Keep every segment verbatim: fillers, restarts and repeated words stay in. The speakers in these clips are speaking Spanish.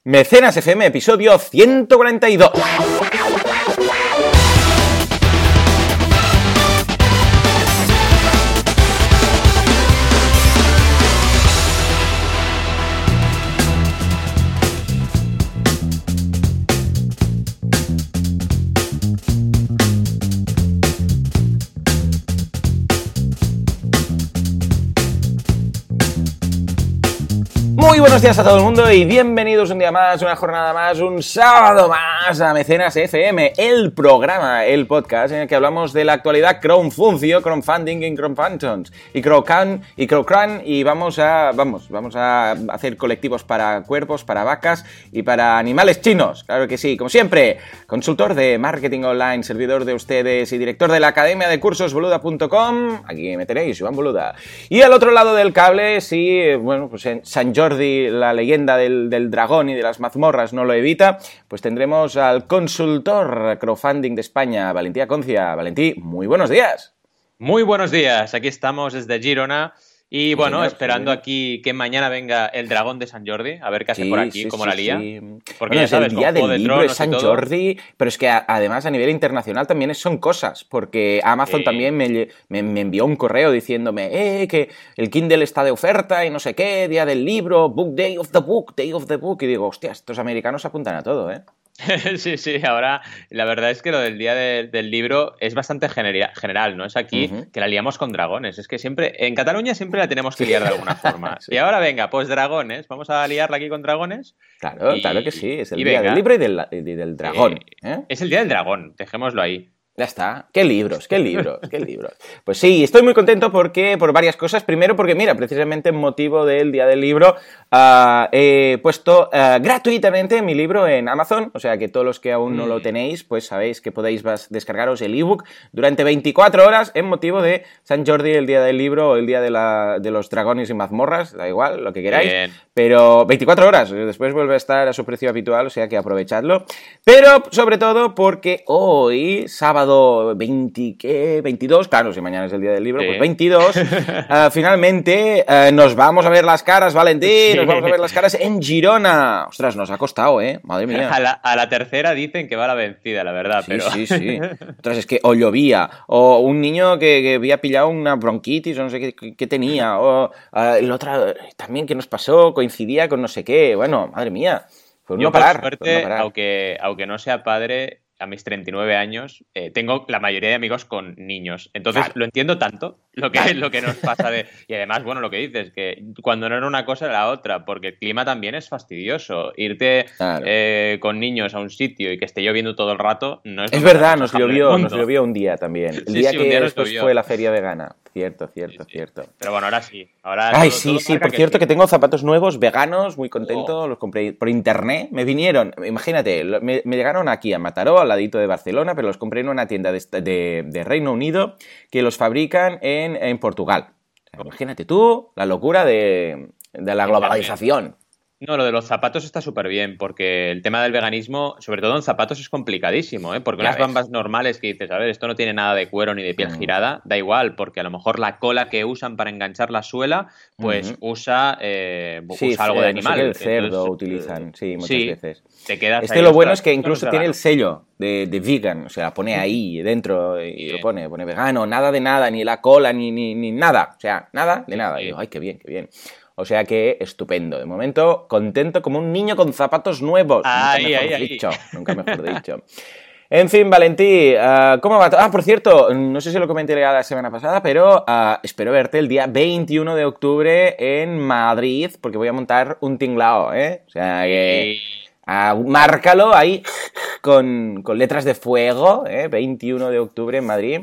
Mecenas F M, episodio ciento cuarenta y dos. Muy buenos días a todo el mundo y bienvenidos un día más, una jornada más, un sábado más a Mecenas F M, el programa, el podcast en el que hablamos de la actualidad crowdfuncio, crowdfunding y crowdfunctions y crowdcan y crowdcran y vamos a, vamos, vamos a hacer colectivos para cuervos, para vacas y para animales chinos, claro que sí, como siempre, consultor de marketing online, servidor de ustedes y director de la academia de cursos boluda punto com, aquí me tenéis, Iván Boluda. Y al otro lado del cable, sí, bueno, pues en San Jordi, la leyenda del, del dragón y de las mazmorras no lo evita, pues tendremos al consultor crowdfunding de España, Valentí Aconcia. Valentí, muy buenos días. Muy buenos días, aquí estamos desde Girona y bueno, señor, esperando sí. aquí que mañana venga el dragón de San Jordi, a ver qué hace Sí, por aquí, sí, cómo sí, la lía. sí. Porque Bueno, ya es sabes, el día con Juego del de libro, Tronos es San y todo. Jordi, pero es que a- además a nivel internacional también son cosas, porque Amazon Sí. también me, lle- me, me envió un correo diciéndome eh, que el Kindle está de oferta y no sé qué, día del libro, book day of the book, day of the book, y digo, hostia, estos americanos apuntan a todo, ¿eh? Sí, sí, ahora la verdad es que lo del día de- del libro es bastante genera- general, ¿no? Es aquí Ujú. que la liamos con dragones. Es que siempre, en Cataluña siempre la tenemos que liar de alguna forma. Sí. Y ahora venga, pues dragones, vamos a liarla aquí con dragones. Claro, Y- claro que sí, es el y día venga. del libro y del, y del dragón, ¿eh? Es el día del dragón, dejémoslo ahí. Ya está. ¿Qué libros? ¿Qué libros? ¿Qué libros? Pues sí, estoy muy contento porque por varias cosas. Primero porque, mira, precisamente en motivo del Día del Libro uh, he puesto uh, gratuitamente mi libro en Amazon. O sea que todos los que aún no lo tenéis, pues sabéis que podéis vas- descargaros el ebook durante veinticuatro horas en motivo de San Jordi, el Día del Libro o el Día de, la, de los Dragones y Mazmorras. Da igual, lo que queráis. Bien. Pero veinticuatro horas, después vuelve a estar a su precio habitual, o sea que aprovechadlo. Pero sobre todo porque hoy, sábado veinte, ¿qué? veintidós, claro, si mañana es el día del libro, Sí. pues veintidós, uh, finalmente uh, nos vamos a ver las caras, Valentín, Sí. nos vamos a ver las caras en Girona. Ostras, nos ha costado, ¿eh? Madre mía. A la, a la tercera dicen que va la vencida, la verdad, Sí, pero... sí, sí. Ostras, es que o llovía, o un niño que, que había pillado una bronquitis, o no sé qué, qué tenía, o uh, el otro también que nos pasó, coincidía con no sé qué. Bueno, madre mía. Fue un Yo, no por parar. suerte, fue un no parar. aunque, aunque no sea padre, a mis treinta y nueve años, eh, tengo la mayoría de amigos con niños. Entonces, Claro. lo entiendo tanto, lo que, Claro. lo que nos pasa de... Y además, bueno, lo que dices, que cuando no era una cosa era la otra, porque el clima también es fastidioso. Irte Claro. eh, con niños a un sitio y que esté lloviendo todo el rato no es... Es lo más verdad, nos aconsejable del llovió, mundo. nos llovió un día también. El Sí, día sí, un que día nos después llovió. fue la feria vegana. Cierto, cierto, Sí, sí. cierto. Pero bueno, ahora sí. Ahora Ay, todo- sí, todo sí, marca por cierto sí. que tengo zapatos nuevos, veganos, muy contento, los compré por internet, me vinieron, imagínate, lo- me, me llegaron aquí a Mataró, al ladito de Barcelona, pero los compré en una tienda de, esta- de- de Reino Unido que los fabrican en, en Portugal. O sea, imagínate tú la locura de, de la globalización. No, lo de los zapatos está súper bien, porque el tema del veganismo, sobre todo en zapatos, es complicadísimo, ¿eh? Porque Ya unas ves. bambas normales que dices, a ver, esto no tiene nada de cuero ni de piel Mm. girada, da igual, porque a lo mejor la cola que usan para enganchar la suela, pues Ujú. usa, eh, Sí, usa algo de eh, no sé animal. qué, el cerdo Entonces, utilizan, sí, muchas sí, veces. te quedas Este ahí, lo bueno ostras, es que esto no incluso es tiene el vegano. sello de, de vegan, o sea, pone ahí dentro y Bien. lo pone, pone vegano, nada de nada, ni la cola, ni, ni, ni nada, o sea, nada de Sí, nada. sí. Y digo, ay, qué bien, qué bien. O sea que estupendo. De momento, contento como un niño con zapatos nuevos. Ahí, nunca mejor ahí, ahí. dicho. Nunca mejor dicho. En fin, Valentí, uh, ¿cómo va? Ah, por cierto, no sé si lo comenté ya la semana pasada, pero uh, espero verte el día veintiuno de octubre en Madrid, porque voy a montar un tinglao, ¿eh? O sea que... Uh, márcalo ahí con, con letras de fuego, ¿eh? veintiuno de octubre en Madrid.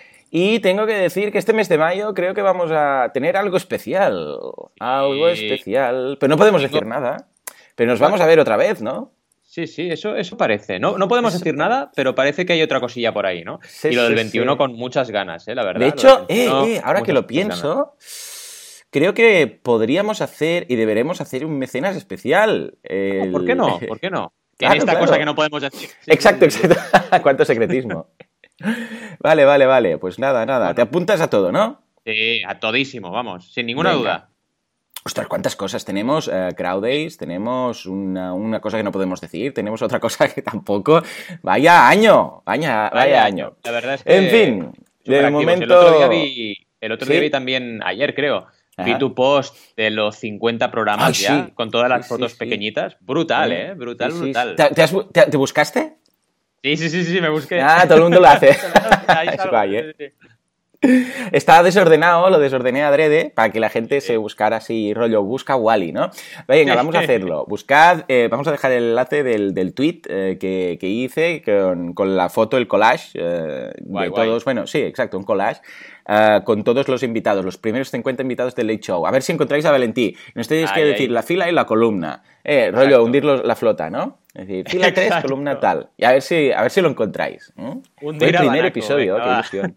Y tengo que decir que este mes de mayo creo que vamos a tener algo especial. Algo Sí. especial. Pero no podemos decir nada. Pero nos vamos a ver otra vez, ¿no? Sí, sí, eso, eso parece. No, no podemos Eso decir parece. nada, pero parece que hay otra cosilla por ahí, ¿no? Sí, y lo del sí, veintiuno sí. con muchas ganas, ¿eh? La verdad. De lo hecho, del veintiuno, eh, eh, ahora que muchas, lo muchas ganas. pienso, creo que podríamos hacer y deberemos hacer un mecenas especial. El- ¿Por qué no? ¿Por qué no? Claro, en esta claro. cosa que no podemos decir. Sí, Exacto, sí, sí. exacto. Cuánto secretismo. Vale, vale, vale. Pues nada, nada. Bueno. Te apuntas a todo, ¿no? Sí, a todísimo, vamos, sin ninguna Venga. duda. Ostras, ¿cuántas cosas? Tenemos uh, Crowdays, tenemos una, una cosa que no podemos decir, tenemos otra cosa que tampoco... Vaya año, vaya, vaya, vaya año. La verdad es que... En fin, de momento... El otro día vi, el otro ¿Sí? día vi también, ayer creo, Ajá. vi tu post de los cincuenta programas Ay, ya, sí. con todas las sí, fotos sí, pequeñitas. Sí. Brutal, ¿eh? Brutal, sí, sí, brutal. ¿Te, te, has, te, ¿Te buscaste? Sí, sí, sí, sí, me busqué. Ah, todo el mundo lo hace. Es guay, ¿eh? Está desordenado, lo desordené adrede para que la gente se buscara así, rollo, busca Wally, ¿no? Venga, vamos a hacerlo. Buscad, eh, vamos a dejar el enlace del, del tweet eh, que, que hice con, con la foto, el collage eh, guay, de guay. todos, bueno, sí, exacto, un collage. Uh, con todos los invitados, los primeros cincuenta invitados del Late Show. A ver si encontráis a Valentí. Nos tenéis que ay, decir ay. la fila y la columna. Eh, rollo, hundir los, la flota, ¿no? Es decir, fila tres, columna tal. Y a ver si, a ver si lo encontráis. ¿eh? Fue el primer Banaco, episodio, venga, qué ilusión.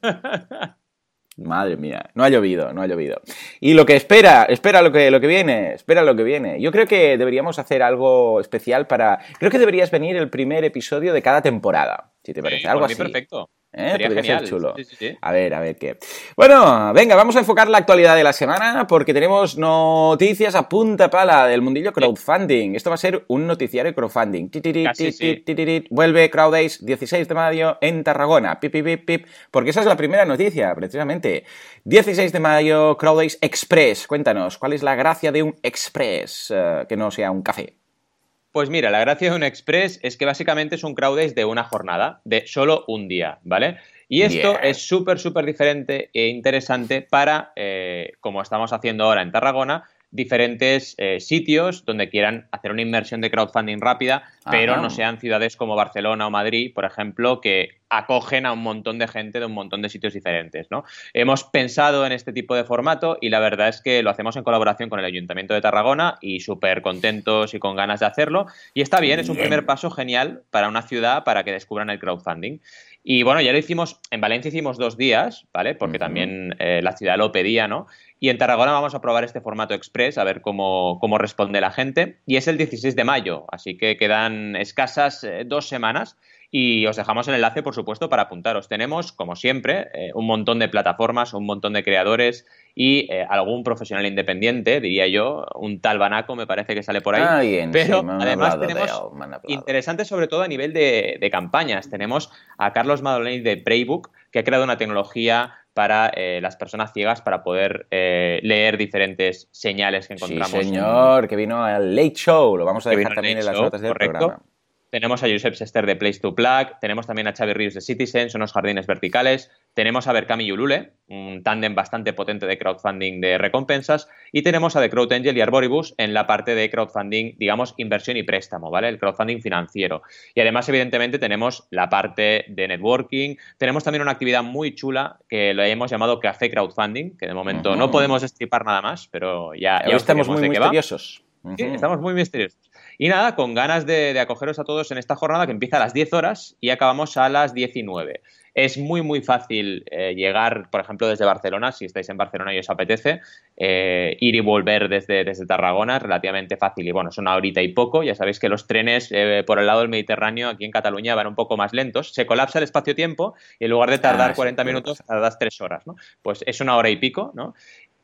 Madre mía, no ha llovido, no ha llovido. Y lo que espera, espera lo que, lo que viene, espera lo que viene. Yo creo que deberíamos hacer algo especial para... Creo que deberías venir el primer episodio de cada temporada, si te parece, sí, algo por mí así. Perfecto. ¿Eh? Podría genial. ser chulo. Sí, sí, sí. A ver, a ver qué. Bueno, venga, vamos a enfocar la actualidad de la semana porque tenemos noticias a punta pala del mundillo crowdfunding. Esto va a ser un noticiario crowdfunding. Casi, sí. Vuelve Crowdays dieciséis de mayo en Tarragona. Pip, pip, pip, pip. Porque esa es la primera noticia, precisamente. dieciséis de mayo, Crowdays Express. Cuéntanos, ¿cuál es la gracia de un Express uh, que no sea un café? Pues mira, la gracia de un Express es que básicamente es un Crowdays de una jornada, de solo un día, ¿vale? Y esto yeah. es súper, súper diferente e interesante para, eh, como estamos haciendo ahora en Tarragona, diferentes eh, sitios donde quieran hacer una inversión de crowdfunding rápida, Ajá. pero no sean ciudades como Barcelona o Madrid, por ejemplo, que acogen a un montón de gente de un montón de sitios diferentes, ¿no? Hemos pensado en este tipo de formato y la verdad es que lo hacemos en colaboración con el Ayuntamiento de Tarragona y súper contentos y con ganas de hacerlo. Y está bien, es un primer paso genial para una ciudad para que descubran el crowdfunding. Y bueno, ya lo hicimos, en Valencia hicimos dos días, ¿vale? Porque uh-huh. también eh, la ciudad lo pedía, ¿no? Y en Tarragona vamos a probar este formato express, a ver cómo, cómo responde la gente. Y es el dieciséis de mayo, así que quedan escasas eh, dos semanas. Y os dejamos el enlace, por supuesto, para apuntaros. Tenemos, como siempre, eh, un montón de plataformas, un montón de creadores y eh, algún profesional independiente, diría yo, un tal Banaco me parece que sale por ahí. Ah, bien, pero sí, además tenemos interesantes sobre todo a nivel de, de campañas. Tenemos a Carlos Madoleni de Braybook, que ha creado una tecnología para eh, las personas ciegas para poder eh, leer diferentes señales que encontramos. Sí, señor, en... que vino al Late Show. Lo vamos a que dejar también en las show, notas del correcto. programa. Tenemos a Josep Sester de Place to Plug, tenemos también a Xavi Ríos de Citizens, unos jardines verticales, tenemos a Berkami y Ulule, un tándem bastante potente de crowdfunding de recompensas, y tenemos a The Crowd Angel y Arboribus en la parte de crowdfunding, digamos, inversión y préstamo, ¿vale? El crowdfunding financiero. Y además, evidentemente, tenemos la parte de networking, tenemos también una actividad muy chula que lo hemos llamado Café Crowdfunding, que de momento uh-huh. no podemos destripar nada más, pero ya, ya Hoy estamos muy misteriosos. Uh-huh. Sí, estamos muy misteriosos. Y nada, con ganas de, de acogeros a todos en esta jornada que empieza a las diez horas y acabamos a las diecinueve. Es muy, muy fácil eh, llegar, por ejemplo, desde Barcelona, si estáis en Barcelona y os apetece, eh, ir y volver desde, desde Tarragona, es relativamente fácil. Y bueno, es una horita y poco. Ya sabéis que los trenes eh, por el lado del Mediterráneo, aquí en Cataluña, van un poco más lentos. Se colapsa el espacio-tiempo y en lugar de tardar ah, cuarenta sí, minutos, tardas tres horas, ¿no? Pues es una hora y pico, ¿no?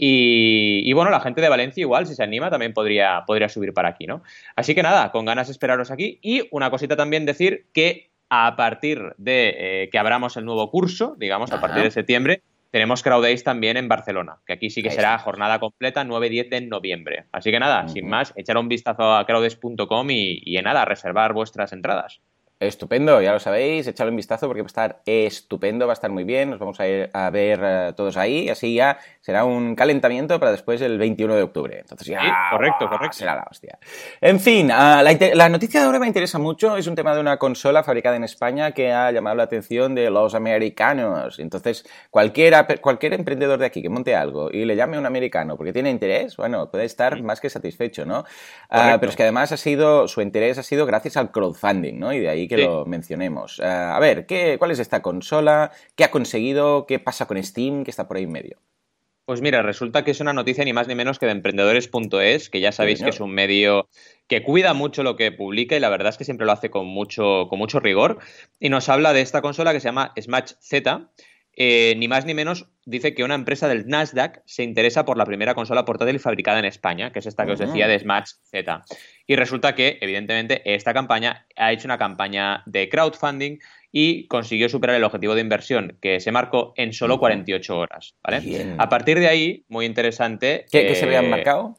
Y, y bueno, la gente de Valencia igual, si se anima, también podría, podría subir para aquí, ¿no? Así que nada, con ganas de esperaros aquí. Y una cosita también decir que a partir de eh, que abramos el nuevo curso, digamos, Ajá. a partir de septiembre, tenemos Crowdays también en Barcelona, que aquí sí que Ahí será está. jornada completa, nueve y diez de noviembre. Así que nada, uh-huh. sin más, echar un vistazo a crowdays punto com y, y en nada, reservar vuestras entradas. Estupendo, ya lo sabéis, echadle un vistazo porque va a estar estupendo, va a estar muy bien, nos vamos a ir a ver uh, todos ahí, así ya será un calentamiento para después el veintiuno de octubre. Entonces ya sí, correcto, correcto. será la hostia. En fin, uh, la, la noticia de ahora me interesa mucho, es un tema de una consola fabricada en España que ha llamado la atención de los americanos. Entonces, cualquiera, cualquier emprendedor de aquí que monte algo y le llame a un americano porque tiene interés, bueno, puede estar sí. más que satisfecho, ¿no? Uh, pero es que además ha sido, su interés ha sido gracias al crowdfunding, ¿no? Y de ahí que sí. lo mencionemos. Uh, a ver, ¿qué, ¿cuál es esta consola? ¿Qué ha conseguido? ¿Qué pasa con Steam? ¿Qué está por ahí en medio? Pues mira, resulta que es una noticia ni más ni menos que de emprendedores punto es, que ya sabéis sí, que es un medio que cuida mucho lo que publica y la verdad es que siempre lo hace con mucho, con mucho rigor. Y nos habla de esta consola que se llama Smash Z. eh, ni más ni menos dice que una empresa del Nasdaq se interesa por la primera consola portátil fabricada en España, que es esta que os decía de Smash Z. Y resulta que, evidentemente, esta campaña ha hecho una campaña de crowdfunding y consiguió superar el objetivo de inversión que se marcó en solo cuarenta y ocho horas, ¿vale? Bien. A partir de ahí, muy interesante... ¿Qué, eh, ¿qué se habían marcado?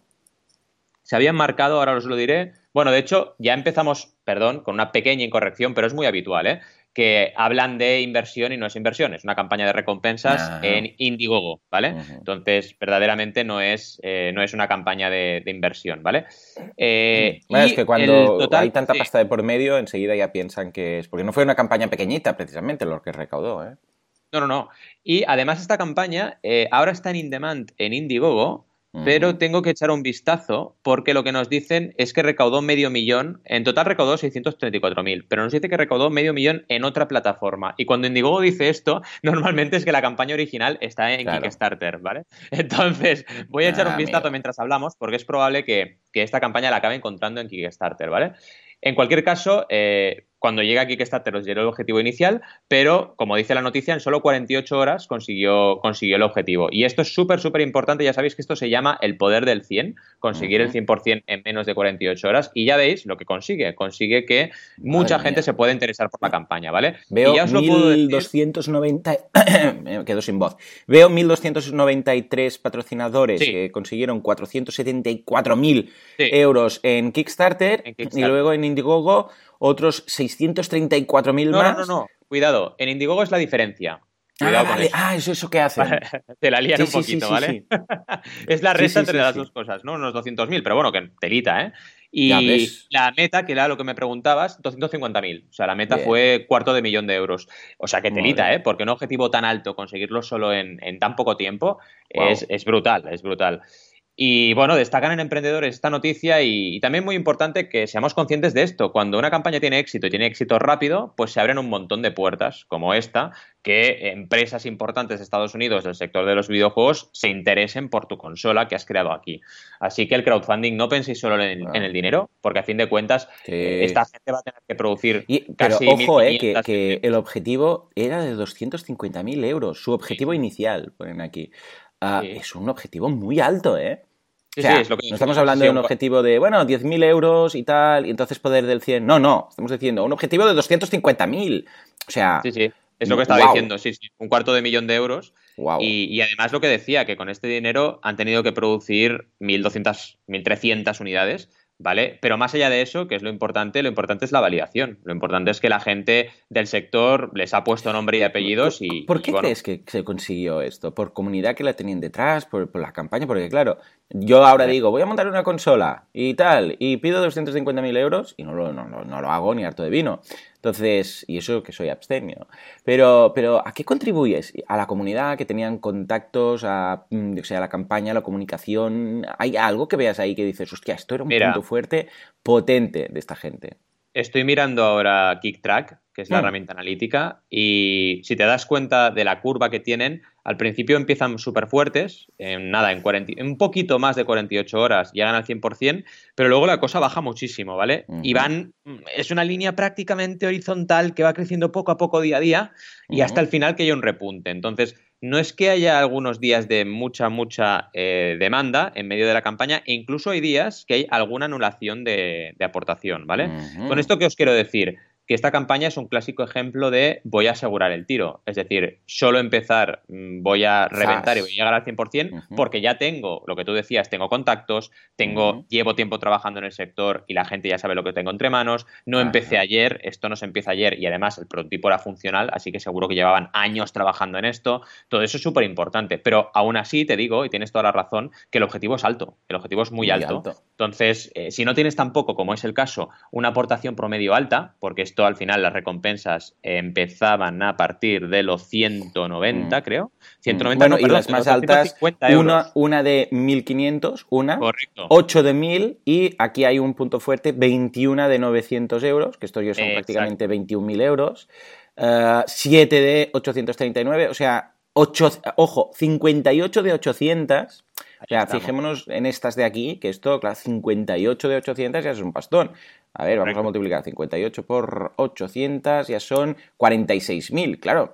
Se habían marcado, ahora os lo diré... Bueno, de hecho, ya empezamos, perdón, con una pequeña incorrección, pero es muy habitual, ¿eh? Que hablan de inversión y no es inversión, es una campaña de recompensas Ah. en Indiegogo, ¿vale? Uh-huh. Entonces, verdaderamente no es, eh, no es una campaña de, de inversión, ¿vale? Eh, bueno, y es que cuando total, hay tanta sí. pasta de por medio, enseguida ya piensan que es... Porque no fue una campaña pequeñita, precisamente, lo que recaudó, ¿eh? No, no, no. Y además esta campaña eh, ahora está en In Demand en Indiegogo, Uh-huh. pero tengo que echar un vistazo porque lo que nos dicen es que recaudó medio millón, en total recaudó seiscientos treinta y cuatro mil, pero nos dice que recaudó medio millón en otra plataforma. Y cuando Indiegogo dice esto, normalmente es que la campaña original está en Claro. Kickstarter, ¿vale? Entonces, voy a echar Ah, un vistazo amigo. mientras hablamos porque es probable que, que esta campaña la acabe encontrando en Kickstarter, ¿vale? En cualquier caso, eh, cuando llega a Kickstarter os diré el objetivo inicial, pero como dice la noticia, en solo cuarenta y ocho horas consiguió, consiguió el objetivo. Y esto es súper, súper importante. Ya sabéis que esto se llama el poder del cien, conseguir uh-huh. el cien por ciento en menos de cuarenta y ocho horas. Y ya veis lo que consigue. Consigue que mucha Madre gente mía. se pueda interesar por la campaña, ¿vale? Veo y ya os lo mil doscientos noventa... Decir... Me quedo sin voz. Veo mil doscientos noventa y tres patrocinadores sí. que consiguieron cuatrocientos setenta y cuatro mil sí. euros en Kickstarter, en Kickstarter y luego en Indiegogo otros seiscientos treinta y cuatro mil no, más. No, no, no. Cuidado. En Indiegogo es la diferencia. Ah, vale. Eso. ah, eso eso qué hacen. Te la lían sí, un poquito, sí, sí, ¿vale? Sí, sí. Es la resta sí, sí, entre sí, las sí. dos cosas, ¿no? Unos doscientos mil, pero bueno, que telita, ¿eh? Y la meta, que era lo que me preguntabas, doscientos cincuenta mil. O sea, la meta Bien. fue cuarto de millón de euros. O sea, que telita, vale. ¿eh? Porque un objetivo tan alto, conseguirlo solo en, en tan poco tiempo, wow. es, es brutal, es brutal. Y bueno, destacan en Emprendedores esta noticia y, y también muy importante que seamos conscientes de esto. Cuando una campaña tiene éxito y tiene éxito rápido, pues se abren un montón de puertas, como esta, que empresas importantes de Estados Unidos del sector de los videojuegos se interesen por tu consola que has creado aquí. Así que el crowdfunding, no penséis solo en, wow. en el dinero, porque a fin de cuentas sí. eh, esta gente va a tener que producir y, casi Pero ojo, eh, que, mil quinientas que el objetivo era de doscientos cincuenta mil euros. Su objetivo sí. inicial, ponen aquí. Uh, sí. Es un objetivo muy alto, ¿eh? Sí, o sea, sí, es lo que no estamos hablando sí, de un objetivo de, bueno, diez mil euros y tal, y entonces poder del cien. No, no, estamos diciendo un objetivo de doscientos cincuenta mil. O sea... Sí, sí, es lo que estaba wow. diciendo, sí, sí, un cuarto de millón de euros. Wow. Y, y además lo que decía, que con este dinero han tenido que producir mil doscientas, mil trescientas unidades, ¿vale? Pero más allá de eso, que es lo importante, lo importante es la validación. Lo importante es que la gente del sector les ha puesto nombre y apellidos y... ¿Por qué y, bueno, crees que se consiguió esto? ¿Por comunidad que la tenían detrás? ¿Por, por la campaña? Porque claro, yo ahora sí. digo, voy a montar una consola y tal, y pido doscientos cincuenta mil euros y no lo, no, no, no lo hago ni harto de vino. Entonces, y eso que soy abstemio. Pero, pero ¿a qué contribuyes? ¿A la comunidad que tenían contactos, a, o sea, a la campaña, a la comunicación? ¿Hay algo que veas ahí que dices, hostia, esto era un Mira, punto fuerte, potente de esta gente? Estoy mirando ahora KickTrack, que es la mm. herramienta analítica, y si te das cuenta de la curva que tienen, al principio empiezan súper fuertes, en nada, en cuarenta, un poquito más de cuarenta y ocho horas llegan al cien por ciento, pero luego la cosa baja muchísimo, ¿vale? Uh-huh. Y van, es una línea prácticamente horizontal que va creciendo poco a poco día a día y uh-huh. hasta el final que haya un repunte. Entonces, no es que haya algunos días de mucha, mucha eh, demanda en medio de la campaña, e incluso hay días que hay alguna anulación de, de aportación, ¿vale? Uh-huh. Con esto, ¿qué os quiero decir? Que esta campaña es un clásico ejemplo de voy a asegurar el tiro. Es decir, solo empezar, voy a reventar y voy a llegar al cien por ciento uh-huh. porque ya tengo, lo que tú decías, tengo contactos, tengo, uh-huh. llevo tiempo trabajando en el sector y la gente ya sabe lo que tengo entre manos. No uh-huh. empecé ayer, esto no se empieza ayer y además el prototipo era funcional, así que seguro que llevaban años trabajando en esto. Todo eso es súper importante, pero aún así te digo, y tienes toda la razón, que el objetivo es alto, el objetivo es muy, muy alto. alto. Entonces, eh, si no tienes tampoco, como es el caso, una aportación promedio alta, porque esto al final las recompensas empezaban a partir de los ciento noventa, mm. creo. ciento noventa, bueno, no, perdón, y las más altas, una, una de mil quinientos, una, Correcto. ocho de mil y aquí hay un punto fuerte, veintiuno de novecientos euros, que estos ya son eh, prácticamente veintiún mil euros, uh, siete de ochocientos treinta y nueve, o sea, ocho, ojo, cincuenta y ocho de ochocientos. O sea, estamos. Fijémonos en estas de aquí, que esto, claro, cincuenta y ocho de ochocientos ya es un pastón. A ver, vamos Correcto. a multiplicar cincuenta y ocho por ochocientos, ya son cuarenta y seis mil, claro.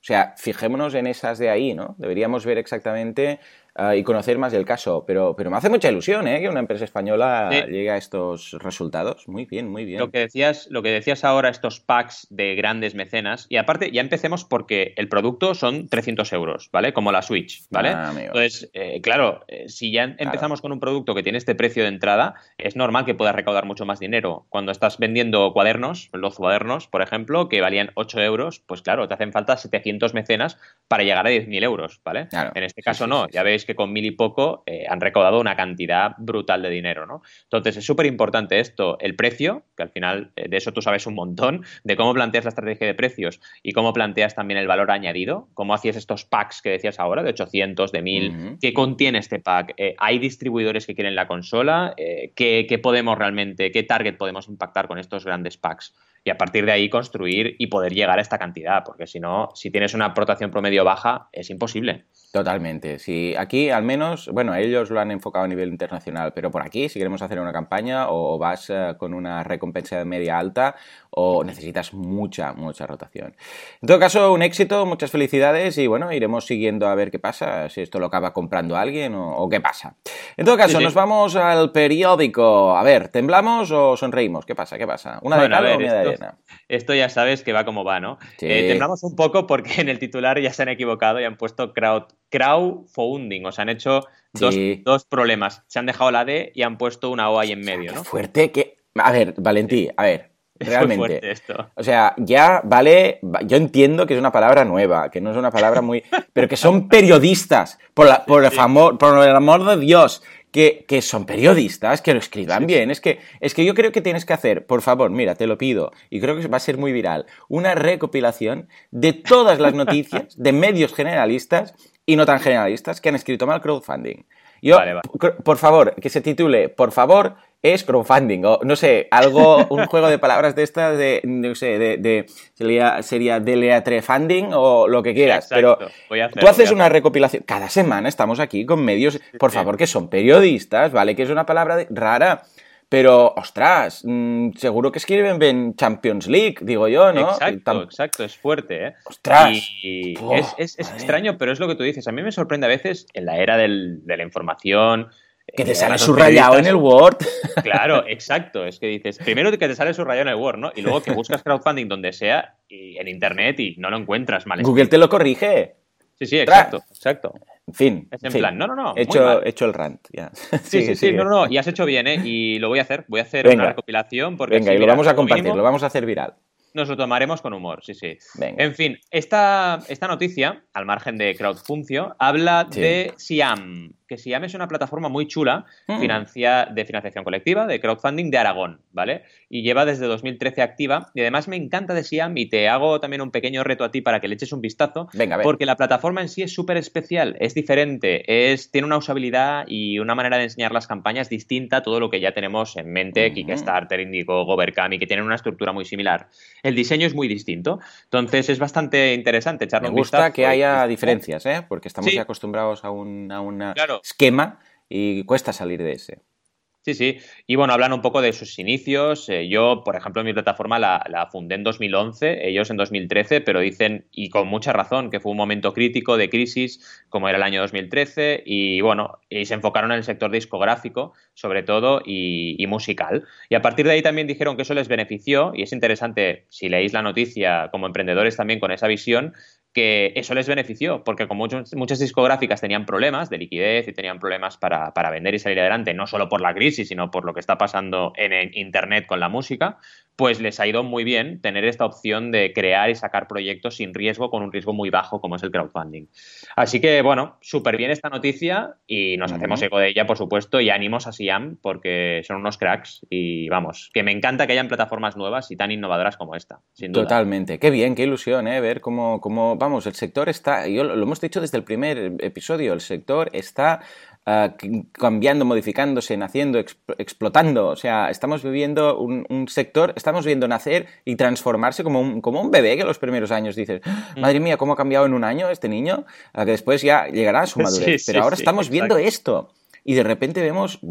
O sea, fijémonos en esas de ahí, ¿no? Deberíamos ver exactamente uh, y conocer más del caso. Pero, pero me hace mucha ilusión, ¿eh? Que una empresa española sí. llegue a estos resultados. Muy bien, muy bien. Lo que decías, lo que decías ahora, estos packs de grandes mecenas. Y aparte, ya empecemos porque el producto son trescientos euros, ¿vale? Como la Switch, ¿vale? Ah, Entonces, eh, claro, eh, si ya empezamos claro. con un producto que tiene este precio de entrada, es normal que puedas recaudar mucho más dinero. Cuando estás vendiendo cuadernos, los cuadernos, por ejemplo, que valían ocho euros, pues claro, te hacen falta setecientos mecenas para llegar a diez mil euros, ¿vale? Claro. En este caso sí, no, sí, sí, ya sí. veis que con mil y poco eh, han recaudado una cantidad brutal de dinero, ¿no? Entonces es súper importante esto, el precio, que al final eh, de eso tú sabes un montón, de cómo planteas la estrategia de precios y cómo planteas también el valor añadido, cómo hacías estos packs que decías ahora, de ochocientos, de mil, uh-huh. ¿qué contiene este pack? Eh, ¿Hay distribuidores que quieren la consola? Eh, ¿qué, ¿Qué podemos realmente, qué target podemos impactar con estos grandes packs? Y a partir de ahí construir y poder llegar a esta cantidad, porque si no, si tienes una aportación promedio baja, es imposible. Totalmente. Sí, aquí al menos, bueno, ellos lo han enfocado a nivel internacional, pero por aquí, si queremos hacer una campaña, o vas uh, con una recompensa de media alta, o necesitas mucha, mucha rotación. En todo caso, un éxito, muchas felicidades, y bueno, iremos siguiendo a ver qué pasa, si esto lo acaba comprando alguien o, o qué pasa. En todo caso, sí, sí. nos vamos al periódico. A ver, ¿temblamos o sonreímos? ¿Qué pasa? ¿Qué pasa? ¿Una bueno, de cal ver, o una esto, de arena? Esto ya sabes que va como va, ¿no? Sí. Eh, temblamos un poco porque en el titular ya se han equivocado y han puesto crowd, crowdfunding, o sea, han hecho dos, sí. dos problemas. Se han dejado la D y han puesto una O ahí en medio, qué ¿no? fuerte, que... A ver, Valentí, a ver, es realmente. Muy fuerte esto. O sea, ya vale, yo entiendo que es una palabra nueva, que no es una palabra muy... pero que son periodistas, por, la, por, el, favor, por el amor de Dios, que, que son periodistas, que lo escriban sí, bien. Sí. Es que, es que yo creo que tienes que hacer, por favor, mira, te lo pido, y creo que va a ser muy viral, una recopilación de todas las noticias de medios generalistas y no tan generalistas que han escrito mal crowdfunding. Yo, vale, vale. Por, por favor, que se titule, por favor, es crowdfunding, o no sé, algo, un juego de palabras de estas, de, no sé, de, de sería, sería deletrefunding o lo que quieras, exacto. pero voy a hacer, tú haces voy a una hacer. recopilación, cada semana estamos aquí con medios, por sí. favor, que son periodistas, ¿vale? Que es una palabra de, rara, pero, ostras, mmm, seguro que escriben en Champions League, digo yo, ¿no? Exacto, Tam- exacto, es fuerte, ¿eh? ¡Ostras! Y Oh, es, es, es extraño, pero es lo que tú dices. A mí me sorprende a veces en la era del, de la información... Que te sale subrayado en el Word. Claro, exacto. Es que dices, primero que te sale subrayado en el Word, ¿no? Y luego que buscas crowdfunding donde sea, y en Internet, y no lo encuentras mal. Google te lo corrige. Sí, sí, exacto, exacto. En fin. Es en, en fin. plan, no, no, no. He hecho, he hecho el rant, ya. Sí, sí, sí, sí, no, no, y has hecho bien, ¿eh? Y lo voy a hacer. Voy a hacer venga, una recopilación. Porque venga, así, y lo mira, vamos a compartir, mínimo, lo vamos a hacer viral. Nos lo tomaremos con humor, sí, sí. Venga. En fin, esta, esta noticia, al margen de Crowdfuncio, habla Sí. de Siam, que Siam es una plataforma muy chula Mm. financia, de financiación colectiva, de crowdfunding de Aragón, ¿vale? Y lleva desde dos mil trece activa, y además me encanta de Siam, y te hago también un pequeño reto a ti para que le eches un vistazo, Venga, a ver. porque la plataforma en sí es súper especial, es diferente, es, tiene una usabilidad y una manera de enseñar las campañas distinta a todo lo que ya tenemos en mente, Mm. Kickstarter, Indiegogo, Overcam, y que tienen una estructura muy similar. El diseño es muy distinto, entonces es bastante interesante echarle Me un gusta vistazo. que haya diferencias, ¿eh? Porque estamos Sí. ya acostumbrados a un a un Claro. esquema y cuesta salir de ese. Sí, sí. Y bueno, hablan un poco de sus inicios. Eh, yo, por ejemplo, en mi plataforma la, la fundé en dos mil once, ellos en dos mil trece, pero dicen, y con mucha razón, que fue un momento crítico de crisis, como era el año dos mil trece, y bueno, y se enfocaron en el sector discográfico, sobre todo, y, y musical. Y a partir de ahí también dijeron que eso les benefició, y es interesante, si leéis la noticia como emprendedores también con esa visión, que eso les benefició, porque como muchos, muchas discográficas tenían problemas de liquidez y tenían problemas para, para vender y salir adelante, no solo por la crisis, sino por lo que está pasando en, en Internet con la música, pues les ha ido muy bien tener esta opción de crear y sacar proyectos sin riesgo, con un riesgo muy bajo como es el crowdfunding. Así que, bueno, súper bien esta noticia y nos uh-huh. hacemos eco de ella, por supuesto, y ánimos a Siam porque son unos cracks y, vamos, que me encanta que hayan plataformas nuevas y tan innovadoras como esta, sin duda. Totalmente. Qué bien, qué ilusión, ¿eh? Ver cómo, cómo, vamos, el sector está, yo lo, lo hemos dicho desde el primer episodio, el sector está Uh, cambiando, modificándose, naciendo, exp- explotando. O sea, estamos viviendo un, un sector, estamos viendo nacer y transformarse como un, como un bebé que los primeros años dices, mm. madre mía, ¿cómo ha cambiado en un año este niño? Uh, que después ya llegará a su madurez. Sí, Pero sí, ahora sí, estamos exacto. viendo esto y de repente vemos, ¡buah!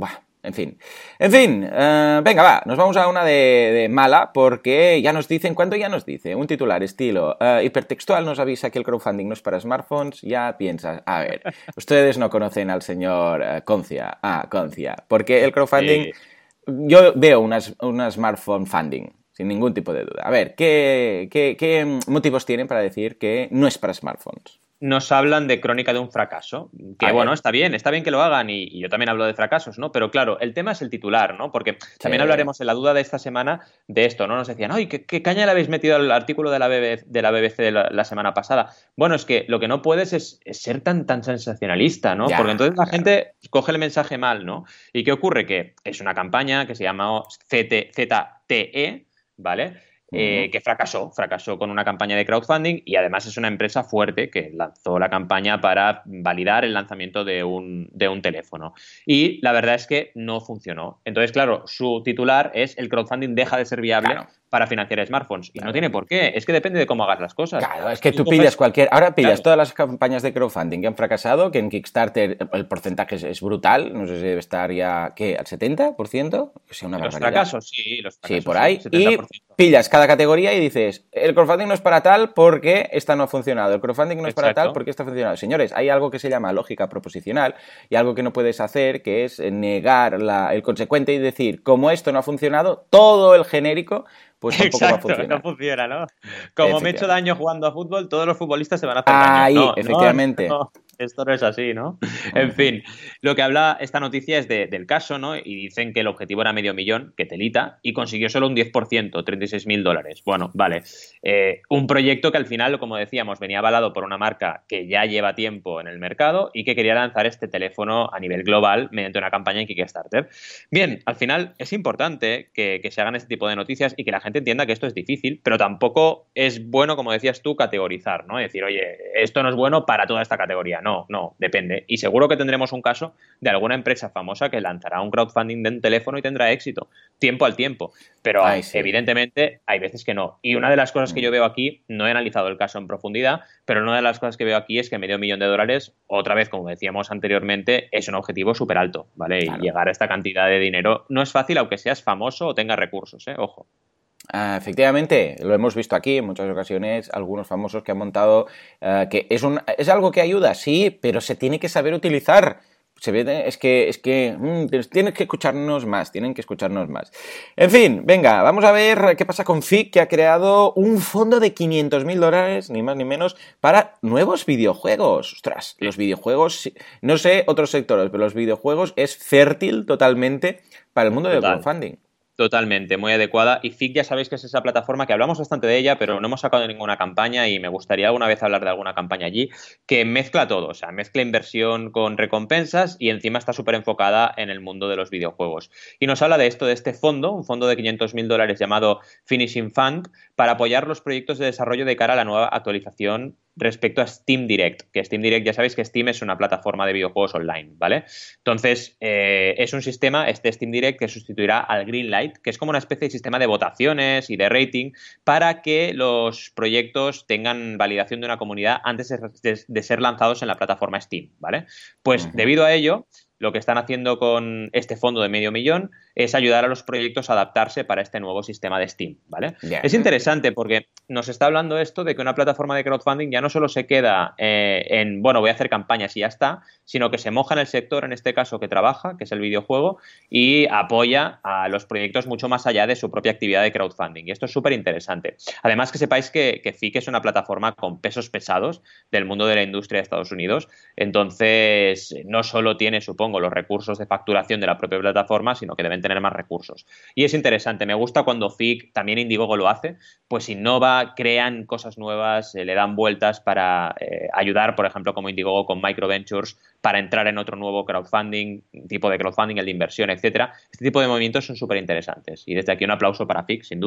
En fin, en fin, uh, venga, va, nos vamos a una de, de mala porque ya nos dicen, ¿cuánto ya nos dice? Un titular estilo, uh, hipertextual nos avisa que el crowdfunding no es para smartphones, ya piensas, a ver, ustedes no conocen al señor uh, Concia, ah, Concia, porque el crowdfunding, sí. Yo veo una, una smartphone funding, sin ningún tipo de duda. A ver, ¿qué, qué, qué motivos tienen para decir que no es para smartphones? Nos hablan de crónica de un fracaso, que bueno, está bien, está bien que lo hagan y, y yo también hablo de fracasos, ¿no? Pero claro, el tema es el titular, ¿no? Porque también sí. hablaremos en la duda de esta semana de esto, ¿no? Nos decían, ¡ay, qué, qué caña le habéis metido al artículo de la B B C de la, B B C de la, la semana pasada! Bueno, es que lo que no puedes es, es ser tan, tan sensacionalista, ¿no? Ya, Porque entonces la claro. gente coge el mensaje mal, ¿no? ¿Y qué ocurre? Que es una campaña que se llama Z T E, ¿vale? Eh, que fracasó, fracasó con una campaña de crowdfunding y además es una empresa fuerte que lanzó la campaña para validar el lanzamiento de un, de un teléfono. Y la verdad es que no funcionó. Entonces, claro, su titular es el crowdfunding deja de ser viable claro. para financiar smartphones. Y claro. no tiene por qué. Es que depende de cómo hagas las cosas. Claro, es que tú, tú pillas coges... cualquier... Ahora pillas claro. todas las campañas de crowdfunding que han fracasado, que en Kickstarter el porcentaje es, es brutal. No sé si debe estar ya, ¿qué? ¿Al setenta por ciento? O sea, una los barbaridad. fracasos, sí. Los fracasos, sí, por ahí. Sí, setenta por ciento. Y pillas cada categoría y dices, el crowdfunding no es para tal porque esta no ha funcionado. El crowdfunding no es Exacto. para tal porque esta ha funcionado. Señores, hay algo que se llama lógica proposicional y algo que no puedes hacer, que es negar la, el consecuente y decir, como esto no ha funcionado, todo el genérico pues tampoco Exacto, va a funcionar. no funciona, ¿no? Como me he hecho daño jugando a fútbol, todos los futbolistas se van a hacer Ahí, daño. No, efectivamente. No, no, esto no es así, ¿no? En fin, lo que habla esta noticia es de, del caso, ¿no? Y dicen que el objetivo era medio millón, que telita, y consiguió solo un diez por ciento, treinta y seis mil dólares. Bueno, vale. Eh, un proyecto que al final, como decíamos, venía avalado por una marca que ya lleva tiempo en el mercado y que quería lanzar este teléfono a nivel global mediante una campaña en Kickstarter. Bien, al final es importante que, que se hagan este tipo de noticias y que la gente entienda que esto es difícil, pero tampoco es bueno, como decías tú, categorizar, ¿no? Es decir, oye, esto no es bueno para toda esta categoría. No, no, depende. Y seguro que tendremos un caso de alguna empresa famosa que lanzará un crowdfunding de un teléfono y tendrá éxito, tiempo al tiempo. Pero Ay, sí. evidentemente hay veces que no. Y una de las cosas que yo veo aquí, no he analizado el caso en profundidad, pero una de las cosas que veo aquí es que medio millón de dólares, otra vez, como decíamos anteriormente, es un objetivo súper alto, ¿vale? Claro. Y llegar a esta cantidad de dinero no es fácil, aunque seas famoso o tengas recursos, ¿eh? Ojo. Uh, efectivamente, lo hemos visto aquí en muchas ocasiones, algunos famosos que han montado, uh, que es, un, es algo que ayuda, sí, pero se tiene que saber utilizar. Se ve, es que, es que mmm, tienes que escucharnos más, tienen que escucharnos más. En fin, venga, vamos a ver qué pasa con F I C, que ha creado un fondo de quinientos mil dólares, ni más ni menos, para nuevos videojuegos. Ostras, los videojuegos, no sé otros sectores, pero los videojuegos es fértil totalmente para el mundo del crowdfunding. Totalmente, muy adecuada. Y F I C ya sabéis que es esa plataforma que hablamos bastante de ella, pero no hemos sacado ninguna campaña y me gustaría alguna vez hablar de alguna campaña allí que mezcla todo, o sea, mezcla inversión con recompensas y encima está súper enfocada en el mundo de los videojuegos. Y nos habla de esto, de este fondo, un fondo de quinientos mil dólares llamado Finishing Fund, para apoyar los proyectos de desarrollo de cara a la nueva actualización respecto a Steam Direct, que Steam Direct ya sabéis que Steam es una plataforma de videojuegos online, ¿vale? Entonces, eh, es un sistema, este Steam Direct, que sustituirá al Greenlight, que es como una especie de sistema de votaciones y de rating para que los proyectos tengan validación de una comunidad antes de, de, de ser lanzados en la plataforma Steam, ¿vale? Pues, uh-huh. debido a ello, lo que están haciendo con este fondo de medio millón es ayudar a los proyectos a adaptarse para este nuevo sistema de Steam, ¿vale? Yeah. Es interesante porque nos está hablando esto de que una plataforma de crowdfunding ya no solo se queda eh, en, bueno, voy a hacer campañas y ya está, sino que se moja en el sector, en este caso, que trabaja, que es el videojuego, y apoya a los proyectos mucho más allá de su propia actividad de crowdfunding. Y esto es súper interesante. Además, que sepáis que, que F I C es una plataforma con pesos pesados del mundo de la industria de Estados Unidos. Entonces, no solo tiene, supongo, los recursos de facturación de la propia plataforma, sino que deben tener más recursos. Y es interesante, me gusta cuando F I C, también Indiegogo lo hace, pues innova, crean cosas nuevas, eh, le dan vueltas para eh, ayudar, por ejemplo, como Indiegogo con Microventures, para entrar en otro nuevo crowdfunding, tipo de crowdfunding, el de inversión, etcétera. Este tipo de movimientos son súper interesantes. Y desde aquí un aplauso para F I C, sin duda.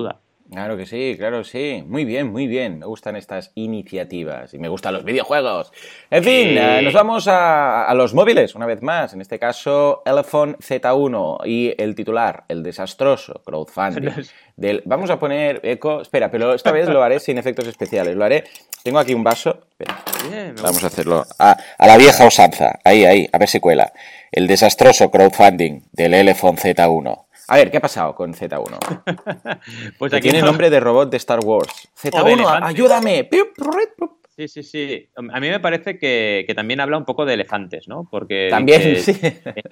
Claro que sí, claro que sí. Muy bien, muy bien. Me gustan estas iniciativas y me gustan los videojuegos. En fin, Y... eh, nos vamos a, a los móviles una vez más. En este caso, Elephone Z uno y el titular, el desastroso crowdfunding. Del... Vamos a poner eco. Espera, pero esta vez lo haré sin efectos especiales. Lo haré. Tengo aquí un vaso. Espera. Bien, vamos a hacerlo a, a la vieja usanza. Ahí, ahí, a ver si cuela. El desastroso crowdfunding del Elephone Z uno. A ver, ¿qué ha pasado con Z uno? Pues aquí tiene no... nombre de robot de Star Wars. Z uno, ayúdame. Sí, sí, sí. A mí me parece que, que también habla un poco de elefantes, ¿no? Porque también, dice, sí.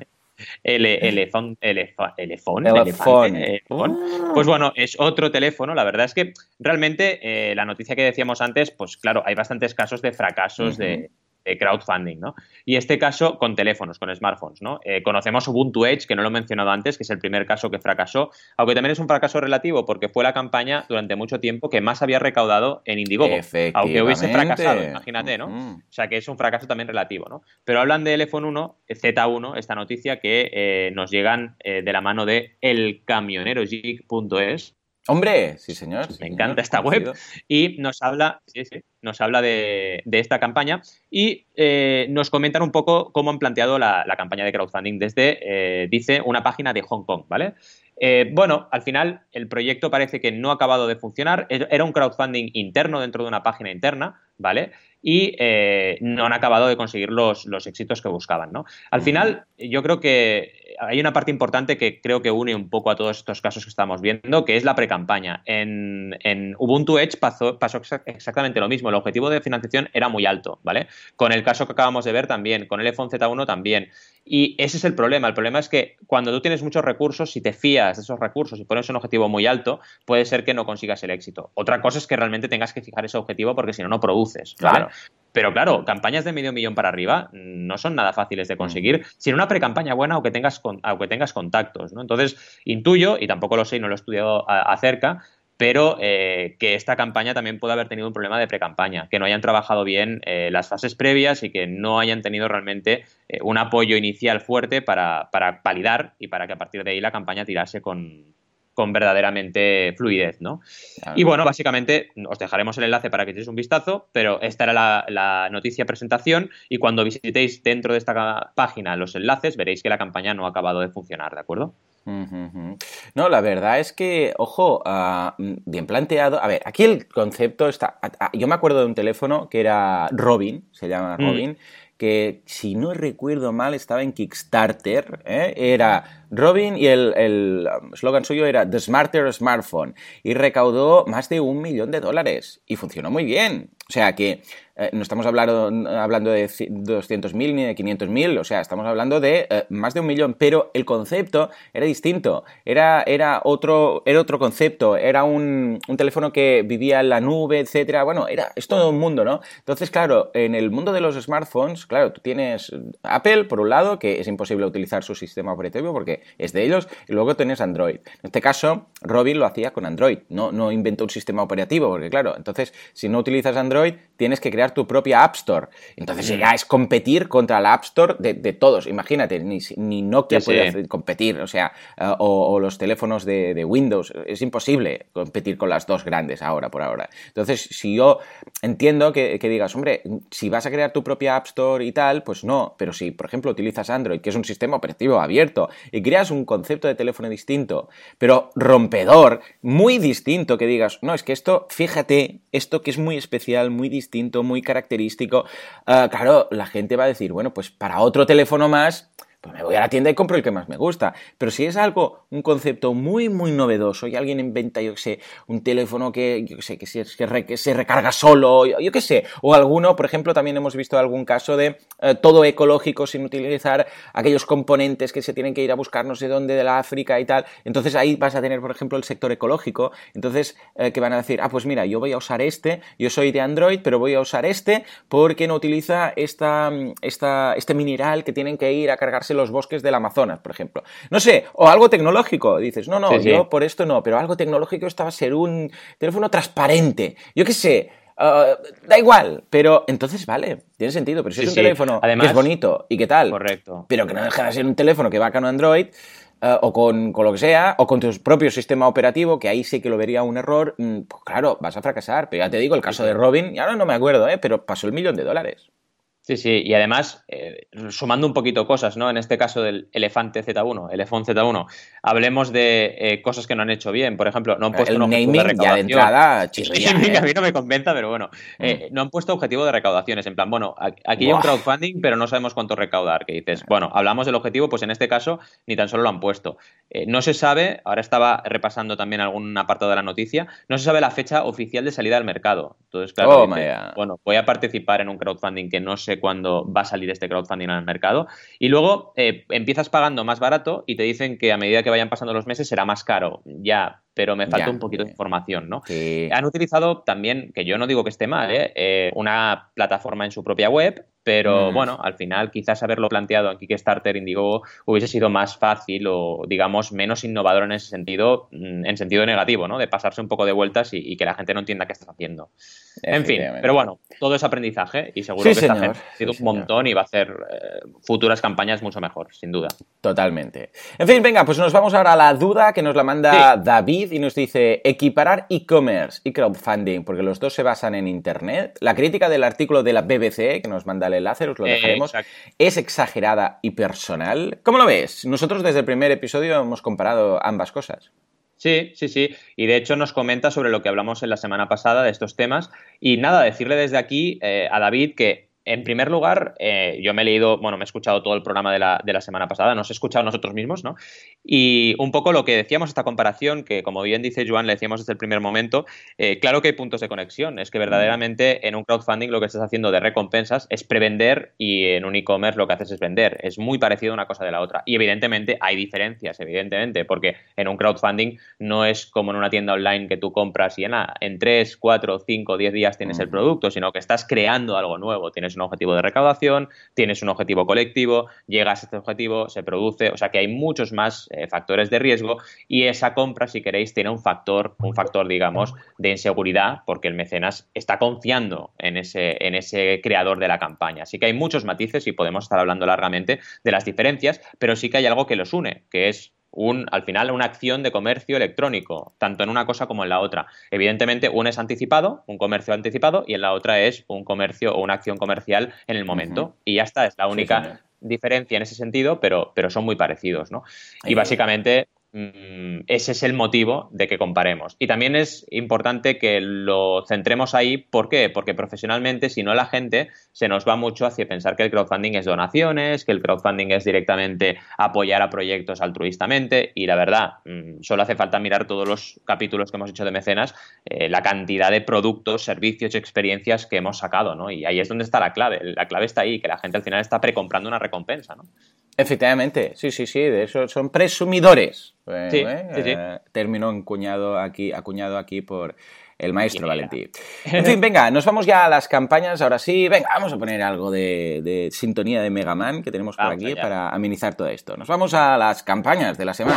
Ele, elefón, elefa, elefón, elefante, elefón. Pues bueno, es otro teléfono. La verdad es que realmente eh, la noticia que decíamos antes, pues claro, hay bastantes casos de fracasos uh-huh. de... de crowdfunding, ¿no? Y este caso con teléfonos, con smartphones, ¿no? Eh, conocemos Ubuntu Edge, que no lo he mencionado antes, que es el primer caso que fracasó, aunque también es un fracaso relativo porque fue la campaña durante mucho tiempo que más había recaudado en Indiegogo, aunque hubiese fracasado, imagínate, ¿no? Uh-huh. O sea que es un fracaso también relativo, ¿no? Pero hablan de Elephone uno, Z uno, esta noticia que eh, nos llegan eh, de la mano de el camionero geek punto es. Hombre, sí señor. Me sí, encanta señor, esta conocido. web y nos habla, sí, sí, nos habla de, de esta campaña y eh, nos comentan un poco cómo han planteado la, la campaña de crowdfunding desde, eh, dice, una página de Hong Kong, ¿vale? Eh, bueno, al final el proyecto parece que no ha acabado de funcionar, era un crowdfunding interno dentro de una página interna, ¿vale? Y eh, no han acabado de conseguir los, los éxitos que buscaban, ¿no? Al final, yo creo que hay una parte importante que creo que une un poco a todos estos casos que estamos viendo, que es la precampaña. En, en Ubuntu Edge pasó, pasó exactamente lo mismo. El objetivo de financiación era muy alto, ¿vale? Con el caso que acabamos de ver también, con el Elephone Z uno también. Y ese es el problema. El problema es que cuando tú tienes muchos recursos, si te fías de esos recursos y pones un objetivo muy alto, puede ser que no consigas el éxito. Otra cosa es que realmente tengas que fijar ese objetivo porque si no, no produces, ¿vale? Claro. Pero claro, campañas de medio millón para arriba no son nada fáciles de conseguir mm. sin una precampaña buena o que tengas, con, o que tengas contactos, ¿no? Entonces, intuyo, y tampoco lo sé y no lo he estudiado acerca, pero eh, que esta campaña también puede haber tenido un problema de precampaña, que no hayan trabajado bien eh, las fases previas y que no hayan tenido realmente eh, un apoyo inicial fuerte para, para validar y para que a partir de ahí la campaña tirase con... con verdaderamente fluidez, ¿no? Claro. Y bueno, básicamente os dejaremos el enlace para que echéis un vistazo, pero esta era la, la noticia presentación y cuando visitéis dentro de esta página los enlaces veréis que la campaña no ha acabado de funcionar, ¿de acuerdo? Uh-huh. No, la verdad es que, ojo, uh, bien planteado. A ver, aquí el concepto está... Yo me acuerdo de un teléfono que era Robin, se llama Robin, mm. que si no recuerdo mal estaba en Kickstarter, ¿eh? Era Robin y el eslogan suyo era The Smarter Smartphone y recaudó más de un millón de dólares y funcionó muy bien. O sea que eh, no estamos hablando, hablando de doscientos mil ni de quinientos mil, o sea, estamos hablando de eh, más de un millón, pero el concepto era distinto, era, era, otro, era otro concepto, era un, un teléfono que vivía en la nube, etcétera. Bueno, era, es todo un mundo, ¿no? Entonces, claro, en el mundo de los smartphones, claro, tú tienes Apple, por un lado, que es imposible utilizar su sistema operativo porque es de ellos, y luego tienes Android. En este caso, Robin lo hacía con Android, no, no inventó un sistema operativo, porque claro, entonces, si no utilizas Android, tienes que crear tu propia App Store. Entonces ya es competir contra la App Store de, de todos. Imagínate, ni, ni Nokia sí, puede sí. Hacer, competir, o sea, uh, o, o los teléfonos de, de Windows. Es imposible competir con las dos grandes ahora, por ahora. Entonces, si yo entiendo que, que digas, hombre, si vas a crear tu propia App Store y tal, pues no. Pero si, por ejemplo, utilizas Android, que es un sistema operativo abierto, y creas un concepto de teléfono distinto, pero rompedor, muy distinto, que digas, no, es que esto, fíjate, esto que es muy especial, muy distinto, muy característico, uh, claro, la gente va a decir, bueno, pues para otro teléfono más, pues me voy a la tienda y compro el que más me gusta. Pero si es algo, un concepto muy, muy novedoso y alguien inventa, yo qué sé, un teléfono que, yo qué sé, que se, que, re, que se recarga solo, yo, yo qué sé, o alguno, por ejemplo, también hemos visto algún caso de eh, todo ecológico sin utilizar aquellos componentes que se tienen que ir a buscar no sé dónde de la África y tal. Entonces ahí vas a tener, por ejemplo, el sector ecológico. Entonces, eh, que van a decir, ah, pues mira, yo voy a usar este, yo soy de Android, pero voy a usar este porque no utiliza esta, esta, este mineral que tienen que ir a cargarse los bosques del Amazonas, por ejemplo. No sé, o algo tecnológico. Dices, no, no, sí, yo sí. por esto no, pero algo tecnológico esto va a ser un teléfono transparente. Yo qué sé, uh, da igual, pero entonces vale, tiene sentido. Pero si sí, es un sí. teléfono Además, que es bonito y qué tal, correcto. pero que no deja de ser un teléfono que va con Android, uh, o con, con lo que sea, o con tu propio sistema operativo, que ahí sí que lo vería un error, pues claro, vas a fracasar. Pero ya te digo, el caso de Robin, ya no, no me acuerdo, ¿eh? Pero pasó el millón de dólares. Sí, sí, y además, eh, sumando un poquito cosas, ¿no? En este caso del Elefante Z uno, el iPhone Z uno, hablemos de eh, cosas que no han hecho bien. Por ejemplo, no han puesto el un objetivo de naming ya de recaudación. entrada chirría, El naming ¿eh? a mí no me convence, pero bueno, eh, Mm. no han puesto objetivo de recaudaciones. En plan, bueno, a- aquí hay Buah. un crowdfunding, pero no sabemos cuánto recaudar. Que dices, bueno, hablamos del objetivo, pues en este caso ni tan solo lo han puesto. Eh, no se sabe, ahora estaba repasando también algún apartado de la noticia, no se sabe la fecha oficial de salida al mercado. Entonces, claro, Oh, dices, my God. bueno, voy a participar en un crowdfunding que no sé cuándo va a salir este crowdfunding al mercado. Y luego eh, empiezas pagando más barato y te dicen que a medida que vayan pasando los meses será más caro. Ya, pero me falta Ya, un poquito sí. de información, ¿no? Sí. Han utilizado también, que yo no digo que esté mal, ¿eh? Eh, una plataforma en su propia web, pero Mm. bueno, al final quizás haberlo planteado en Kickstarter, Indiegogo, hubiese sido más fácil o, digamos, menos innovador en ese sentido, en sentido negativo, ¿no? De pasarse un poco de vueltas y, y que la gente no entienda qué estás haciendo. En fin, pero bueno, todo es aprendizaje y seguro Sí, que esta señor. gente ha sido Sí, un señor. montón y va a hacer eh, futuras campañas mucho mejor, sin duda. Totalmente. En fin, venga, pues nos vamos ahora a la duda que nos la manda Sí. David y nos dice equiparar e-commerce y crowdfunding, porque los dos se basan en Internet. La crítica del artículo de la B B C, que nos manda el enlace, os lo Eh, dejaremos, exacto. es exagerada y personal. ¿Cómo lo ves? Nosotros desde el primer episodio hemos comparado ambas cosas. Sí, sí, sí. Y de hecho nos comenta sobre lo que hablamos en la semana pasada de estos temas. Y nada, decirle desde aquí eh, a David que, en primer lugar, eh, yo me he leído, bueno, me he escuchado todo el programa de la, de la semana pasada, nos he escuchado nosotros mismos, ¿no? Y un poco lo que decíamos, esta comparación, que como bien dice Joan, le decíamos desde el primer momento, eh, claro que hay puntos de conexión. Es que verdaderamente en un crowdfunding lo que estás haciendo de recompensas es prevender y en un e-commerce lo que haces es vender. Es muy parecido una cosa de la otra. Y evidentemente hay diferencias, evidentemente, porque en un crowdfunding no es como en una tienda online que tú compras y en, en tres, cuatro, cinco, diez días tienes el producto, sino que estás creando algo nuevo. Tienes un objetivo de recaudación, tienes un objetivo colectivo, llegas a este objetivo, se produce, o sea que hay muchos más eh, factores de riesgo y esa compra, si queréis, tiene un factor, un factor, digamos, de inseguridad porque el mecenas está confiando en ese, en ese creador de la campaña. Así que hay muchos matices y podemos estar hablando largamente de las diferencias, pero sí que hay algo que los une, que es Un, al final una acción de comercio electrónico, tanto en una cosa como en la otra. Evidentemente, una es anticipado, un comercio anticipado, y en la otra es un comercio o una acción comercial en el momento. Uh-huh. Y ya está, es la única sí, diferencia en ese sentido, pero, pero son muy parecidos, ¿no? Y básicamente ese es el motivo de que comparemos. Y también es importante que lo centremos ahí. ¿Por qué? Porque profesionalmente, si no, la gente se nos va mucho hacia pensar que el crowdfunding es donaciones, que el crowdfunding es directamente apoyar a proyectos altruistamente, y la verdad, solo hace falta mirar todos los capítulos que hemos hecho de mecenas, eh, la cantidad de productos, servicios y experiencias que hemos sacado, ¿no? Y ahí es donde está la clave. La clave está ahí, que la gente al final está precomprando una recompensa, ¿no? Efectivamente, sí, sí, sí, de eso son presumidores. Bueno, sí, ¿eh? sí, sí. Eh, término acuñado aquí, acuñado aquí por el maestro Valentí. En fin, venga, nos vamos ya a las campañas. Ahora sí, venga, vamos a poner algo de, de sintonía de Mega Man que tenemos por vamos aquí allá. para amenizar todo esto. Nos vamos a las campañas de la semana.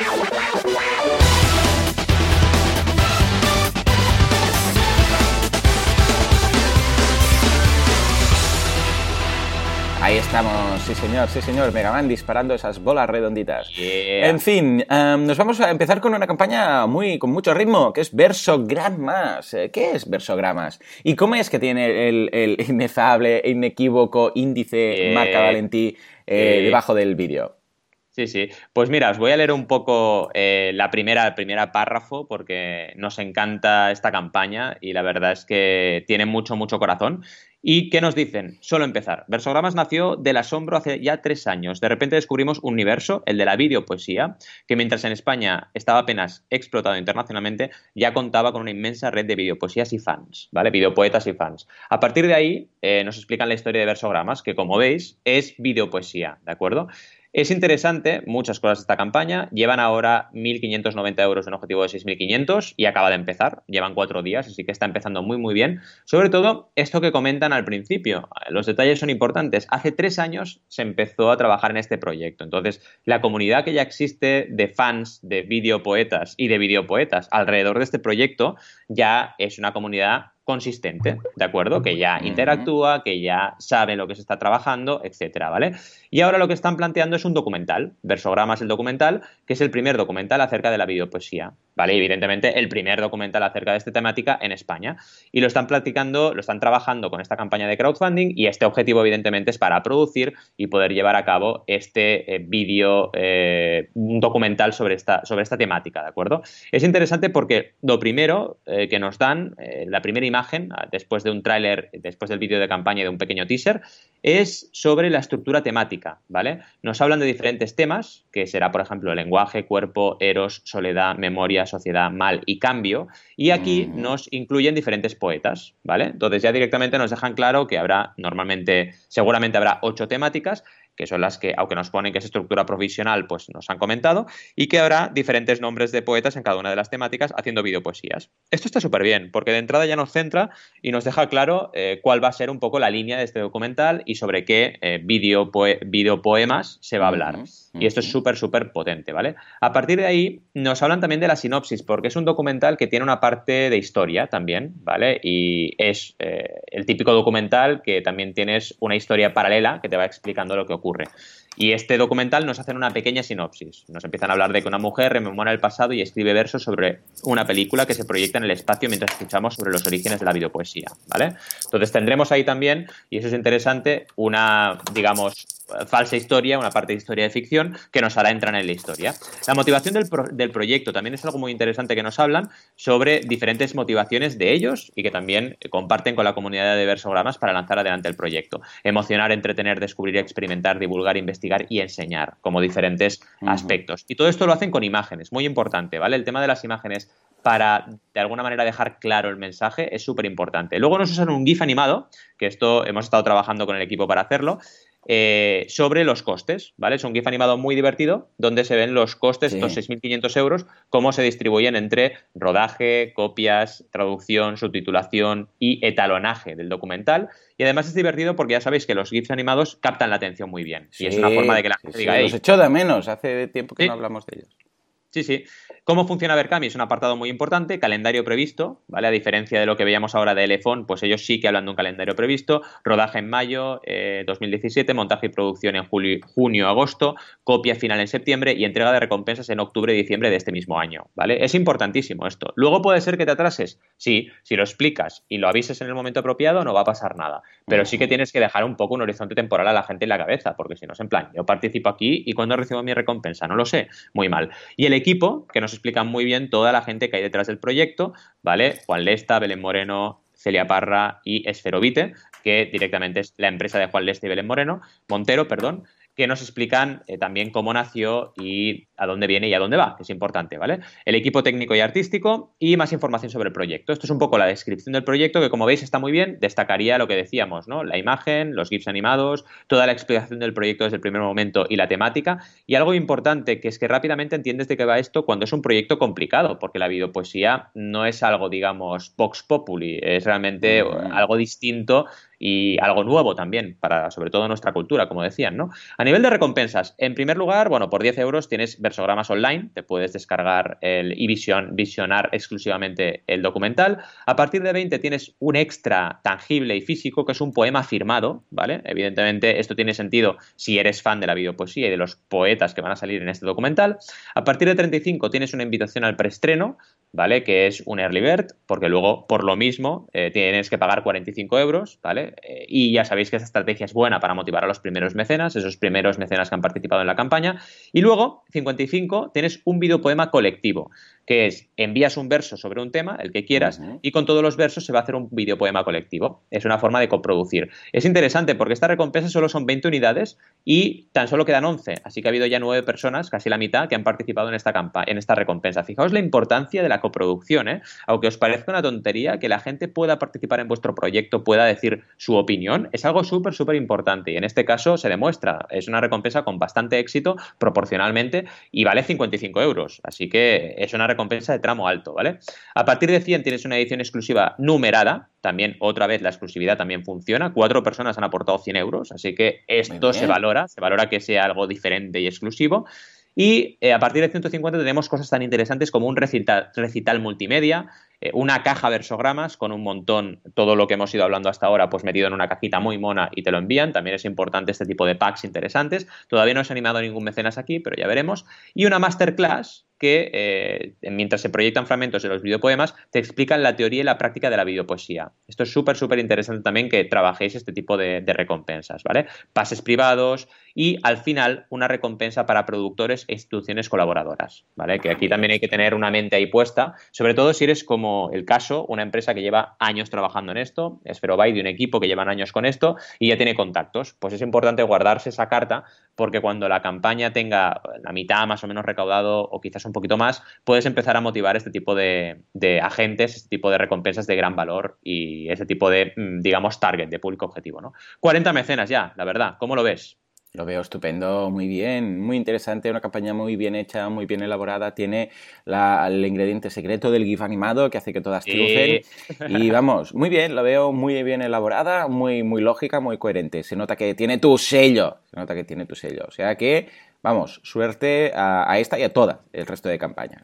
Ahí estamos, sí señor, sí señor, Mega Man disparando esas bolas redonditas. Yeah. En fin, um, nos vamos a empezar con una campaña muy con mucho ritmo, que es Versogramas. ¿Qué es Versogramas? ¿Y cómo es que tiene el, el inefable, inequívoco índice Yeah. marca Valentí eh, Yeah. debajo del vídeo? Sí, sí. Pues mira, os voy a leer un poco eh, la primera, el primera párrafo porque nos encanta esta campaña y la verdad es que tiene mucho, mucho corazón. ¿Y qué nos dicen? Solo empezar. Versogramas nació del asombro hace ya tres años. De repente descubrimos un universo, el de la videopoesía, que mientras en España estaba apenas explotado internacionalmente, ya contaba con una inmensa red de videopoesías y fans, ¿vale? Videopoetas y fans. A partir de ahí eh, nos explican la historia de Versogramas, que como veis es videopoesía, ¿de acuerdo? Es interesante, muchas cosas de esta campaña. Llevan ahora mil quinientos noventa euros en objetivo de seis mil quinientos y acaba de empezar. Llevan cuatro días, así que está empezando muy, muy bien. Sobre todo, esto que comentan al principio. Los detalles son importantes. Hace tres años se empezó a trabajar en este proyecto. Entonces, la comunidad que ya existe de fans, de videopoetas y de videopoetas alrededor de este proyecto ya es una comunidad consistente, ¿de acuerdo? Que ya interactúa, que ya sabe lo que se está trabajando, etcétera, ¿vale? Y ahora lo que están planteando es un documental, Versogramas el documental, que es el primer documental acerca de la videopoesía, ¿vale? Y evidentemente el primer documental acerca de esta temática en España. Y lo están platicando, lo están trabajando con esta campaña de crowdfunding y este objetivo evidentemente es para producir y poder llevar a cabo este eh, vídeo, eh, un documental sobre esta, sobre esta temática, ¿de acuerdo? Es interesante porque lo primero eh, que nos dan, eh, la primera imagen, después de un tráiler, después del vídeo de campaña y de un pequeño teaser, es sobre la estructura temática, ¿vale? Nos hablan de diferentes temas, que será, por ejemplo, lenguaje, cuerpo, eros, soledad, memoria, sociedad, mal y cambio, y aquí mm. nos incluyen diferentes poetas, ¿vale? Entonces ya directamente nos dejan claro que habrá, normalmente, seguramente habrá ocho temáticas, que son las que, aunque nos ponen que es estructura provisional, pues nos han comentado, y que habrá diferentes nombres de poetas en cada una de las temáticas haciendo videopoesías. Esto está súper bien, porque de entrada ya nos centra y nos deja claro eh, cuál va a ser un poco la línea de este documental y sobre qué eh, videopoe- videopoemas se va a hablar. Uh-huh, uh-huh. Y esto es súper, súper potente, ¿vale? A partir de ahí nos hablan también de la sinopsis, porque es un documental que tiene una parte de historia también, ¿vale? Y es eh, el típico documental que también tienes una historia paralela que te va explicando lo que ocurre. Y este documental nos hace una pequeña sinopsis. Nos empiezan a hablar de que una mujer rememora el pasado y escribe versos sobre una película que se proyecta en el espacio mientras escuchamos sobre los orígenes de la videopoesía, ¿vale? Entonces tendremos ahí también, y eso es interesante, una, digamos, falsa historia, una parte de historia de ficción que nos hará entrar en la historia. La motivación del, pro- del proyecto también es algo muy interesante que nos hablan sobre diferentes motivaciones de ellos y que también comparten con la comunidad de Versogramas para lanzar adelante el proyecto. Emocionar, entretener, descubrir, experimentar, divulgar, investigar y enseñar como diferentes uh-huh. aspectos. Y todo esto lo hacen con imágenes, muy importante, ¿vale? El tema de las imágenes para, de alguna manera, dejar claro el mensaje es súper importante. Luego nos usan un GIF animado, que esto hemos estado trabajando con el equipo para hacerlo, Eh, sobre los costes, ¿vale? Es un GIF animado muy divertido donde se ven los costes, sí. estos seis mil quinientos euros, cómo se distribuyen entre rodaje, copias, traducción, subtitulación y etalonaje del documental. Y además es divertido porque ya sabéis que los GIFs animados captan la atención muy bien. Sí, y es una forma de que la gente sí, diga, sí, los echo de menos, hace tiempo que ¿sí? no hablamos de ellos. Sí, sí. ¿Cómo funciona Berkami? Es un apartado muy importante, calendario previsto, ¿vale? A diferencia de lo que veíamos ahora de Elefón, pues ellos sí que hablan de un calendario previsto, rodaje en mayo eh, dos mil diecisiete, montaje y producción en julio, junio, agosto, copia final en septiembre y entrega de recompensas en octubre y diciembre de este mismo año, ¿vale? Es importantísimo esto. Luego puede ser que te atrases, sí, si lo explicas y lo avises en el momento apropiado no va a pasar nada, pero sí que tienes que dejar un poco un horizonte temporal a la gente en la cabeza, porque si no es en plan, yo participo aquí y ¿cuándo recibo mi recompensa? No lo sé, muy mal. Y el equipo, que nos explican muy bien toda la gente que hay detrás del proyecto, ¿vale? Juan Lesta, Belén Moreno, Celia Parra y Esferovite, que directamente es la empresa de Juan Lesta y Belén Moreno, Montero, perdón, que nos explican eh, también cómo nació y a dónde viene y a dónde va, que es importante, ¿vale? El equipo técnico y artístico y más información sobre el proyecto. Esto es un poco la descripción del proyecto que, como veis, está muy bien. Destacaría lo que decíamos, ¿no? La imagen, los GIFs animados, toda la explicación del proyecto desde el primer momento y la temática. Y algo importante, que es que rápidamente entiendes de qué va esto cuando es un proyecto complicado, porque la videopoesía no es algo, digamos, vox populi, es realmente mm. algo distinto y algo nuevo también para, sobre todo, nuestra cultura, como decían, ¿no? A nivel de recompensas, en primer lugar, bueno, por diez euros tienes Versogramas online, te puedes descargar el, y vision, visionar exclusivamente el documental. A partir de veinte tienes un extra tangible y físico, que es un poema firmado, ¿vale? Evidentemente, esto tiene sentido si eres fan de la videopoesía y de los poetas que van a salir en este documental. A partir de treinta y cinco tienes una invitación al preestreno, ¿vale? Que es un early bird, porque luego, por lo mismo, eh, tienes que pagar cuarenta y cinco euros, ¿vale? Eh, y ya sabéis que esta estrategia es buena para motivar a los primeros mecenas, esos primeros mecenas que han participado en la campaña. Y luego, cincuenta y cinco, tienes un videopoema colectivo, que es, envías un verso sobre un tema, el que quieras, uh-huh. y con todos los versos se va a hacer un videopoema colectivo. Es una forma de coproducir. Es interesante porque esta recompensa solo son veinte unidades y tan solo quedan once, así que ha habido ya nueve personas, casi la mitad, que han participado en esta, campa- en esta recompensa. Fijaos la importancia de la coproducción, ¿eh? Aunque os parezca una tontería, que la gente pueda participar en vuestro proyecto, pueda decir su opinión, es algo súper, súper importante y en este caso se demuestra. Es una recompensa con bastante éxito proporcionalmente y vale cincuenta y cinco euros, así que es una recompensa de tramo alto, ¿vale? A partir de cien tienes una edición exclusiva numerada, también otra vez la exclusividad también funciona, cuatro personas han aportado cien euros, así que esto se valora, se valora que sea algo diferente y exclusivo. Y eh, a partir de ciento cincuenta tenemos cosas tan interesantes como un recital, recital multimedia, eh, una caja versogramas con un montón, todo lo que hemos ido hablando hasta ahora, pues metido en una cajita muy mona y te lo envían. También es importante este tipo de packs interesantes. Todavía no se ha animado ningún mecenas aquí, pero ya veremos. Y una masterclass que, eh, mientras se proyectan fragmentos de los videopoemas, te explican la teoría y la práctica de la videopoesía. Esto es súper, súper interesante también que trabajéis este tipo de, de recompensas, ¿vale? Pases privados y, al final, una recompensa para productores e instituciones colaboradoras, ¿vale? Que aquí también hay que tener una mente ahí puesta, sobre todo si eres, como el caso, una empresa que lleva años trabajando en esto, Esferobyte, de un equipo que llevan años con esto y ya tiene contactos. Pues es importante guardarse esa carta, porque cuando la campaña tenga la mitad más o menos recaudado o quizás un poquito más, puedes empezar a motivar este tipo de, de agentes, este tipo de recompensas de gran valor y ese tipo de, digamos, target, de público objetivo, ¿no? cuarenta mecenas ya, la verdad. ¿Cómo lo ves? Lo veo estupendo, muy bien, muy interesante, una campaña muy bien hecha, muy bien elaborada, tiene la, el ingrediente secreto del GIF animado que hace que todas triunfen. Sí. Y vamos, muy bien, lo veo muy bien elaborada, muy, muy lógica, muy coherente. Se nota que tiene tu sello, se nota que tiene tu sello. O sea que, vamos, suerte a, a esta y a toda el resto de campañas.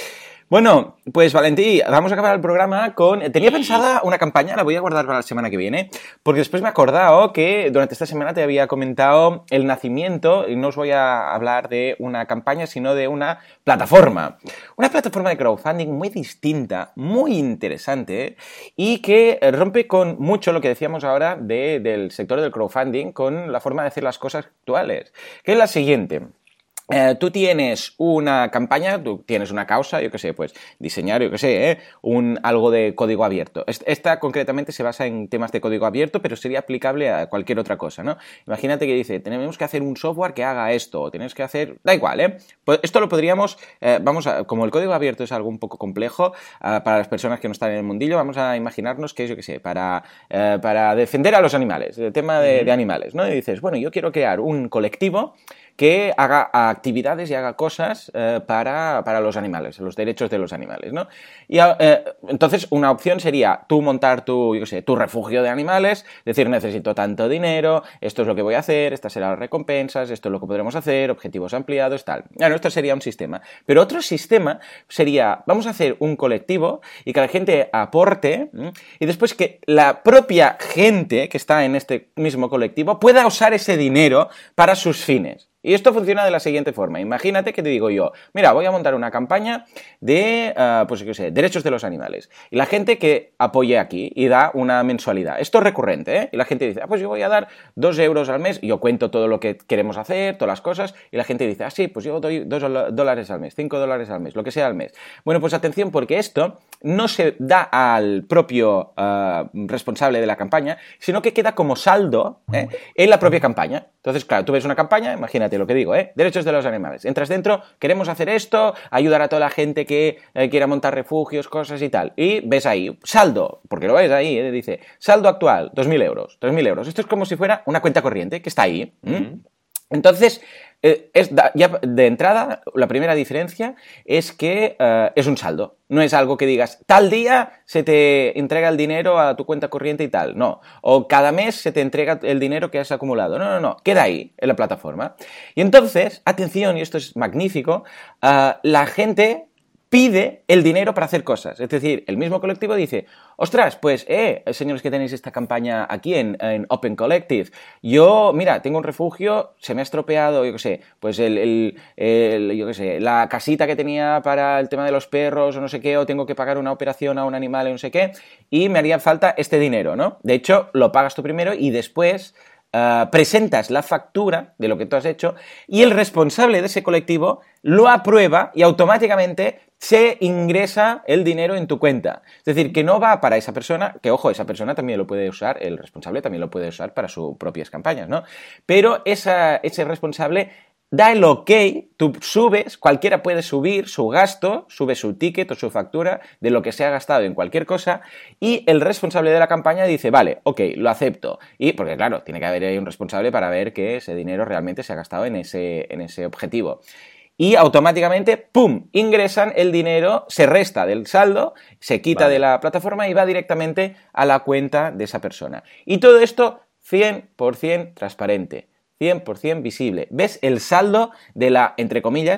Bueno, pues Valentí, vamos a acabar el programa con... Tenía pensada una campaña, la voy a guardar para la semana que viene, porque después me he acordado que durante esta semana te había comentado el nacimiento, y no os voy a hablar de una campaña, sino de una plataforma. Una plataforma de crowdfunding muy distinta, muy interesante, y que rompe con mucho lo que decíamos ahora de, del sector del crowdfunding, con la forma de hacer las cosas actuales, que es la siguiente. Eh, tú tienes una campaña, tú tienes una causa, yo qué sé, pues diseñar, yo qué sé, ¿eh? un, algo de código abierto. Esta concretamente se basa en temas de código abierto, pero sería aplicable a cualquier otra cosa, ¿no? Imagínate que dice, tenemos que hacer un software que haga esto, o tenemos que hacer... Da igual, ¿eh? Pues esto lo podríamos, eh, vamos a, como el código abierto es algo un poco complejo uh, para las personas que no están en el mundillo, vamos a imaginarnos que es, yo qué sé, para, uh, para defender a los animales, el tema de, de animales, ¿no? Y dices, bueno, yo quiero crear un colectivo que haga actividades y haga cosas eh, para, para los animales, los derechos de los animales, ¿no? Y eh, entonces una opción sería tú montar tu, yo qué sé, tu refugio de animales, decir necesito tanto dinero, esto es lo que voy a hacer, estas serán las recompensas, esto es lo que podremos hacer, objetivos ampliados, tal. Bueno, esto sería un sistema. Pero otro sistema sería, vamos a hacer un colectivo y que la gente aporte ¿sí? Y después que la propia gente que está en este mismo colectivo pueda usar ese dinero para sus fines. Y esto funciona de la siguiente forma. Imagínate que te digo yo, mira, voy a montar una campaña de, uh, pues qué sé, derechos de los animales. Y la gente que apoye aquí y da una mensualidad. Esto es recurrente, ¿eh? Y la gente dice, ah, pues yo voy a dar dos euros al mes. Y yo cuento todo lo que queremos hacer, todas las cosas. Y la gente dice, ah, sí, pues yo doy dos dólares al mes, cinco dólares al mes, lo que sea al mes. Bueno, pues atención, porque esto no se da al propio uh, responsable de la campaña, sino que queda como saldo ¿eh? en la propia campaña. Entonces, claro, tú ves una campaña, imagínate lo que digo, ¿eh? Derechos de los animales. Entras dentro, queremos hacer esto, ayudar a toda la gente que eh, quiera montar refugios, cosas y tal. Y ves ahí, saldo, porque lo ves ahí, ¿eh? Dice, saldo actual, dos mil euros, tres mil euros. Esto es como si fuera una cuenta corriente que está ahí. ¿Mm? Entonces, eh, es da, ya de entrada, la primera diferencia es que eh, es un saldo. No es algo que digas, tal día se te entrega el dinero a tu cuenta corriente y tal. No. O cada mes se te entrega el dinero que has acumulado. No, no, no. Queda ahí, en la plataforma. Y entonces, atención, y esto es magnífico, uh, la gente pide el dinero para hacer cosas. Es decir, el mismo colectivo dice, ostras, pues, eh, señores que tenéis esta campaña aquí en, en Open Collective, yo, mira, tengo un refugio, se me ha estropeado, yo qué sé, pues el, el, el, yo qué sé, la casita que tenía para el tema de los perros o no sé qué, o tengo que pagar una operación a un animal o no sé qué, y me haría falta este dinero, ¿no? De hecho, lo pagas tú primero y después Uh, presentas la factura de lo que tú has hecho y el responsable de ese colectivo lo aprueba y automáticamente se ingresa el dinero en tu cuenta. Es decir, que no va para esa persona, que ojo, esa persona también lo puede usar, el responsable también lo puede usar para sus propias campañas, ¿no? Pero esa, ese responsable da el ok, tú subes, cualquiera puede subir su gasto, sube su ticket o su factura de lo que se ha gastado en cualquier cosa y el responsable de la campaña dice, vale, ok, lo acepto. Y porque claro, tiene que haber ahí un responsable para ver que ese dinero realmente se ha gastado en ese, en ese objetivo. Y automáticamente, ¡pum!, ingresan el dinero, se resta del saldo, se quita vale. de la plataforma y va directamente a la cuenta de esa persona. Y todo esto cien por ciento transparente. cien por ciento visible. ¿Ves el saldo de la, entre comillas,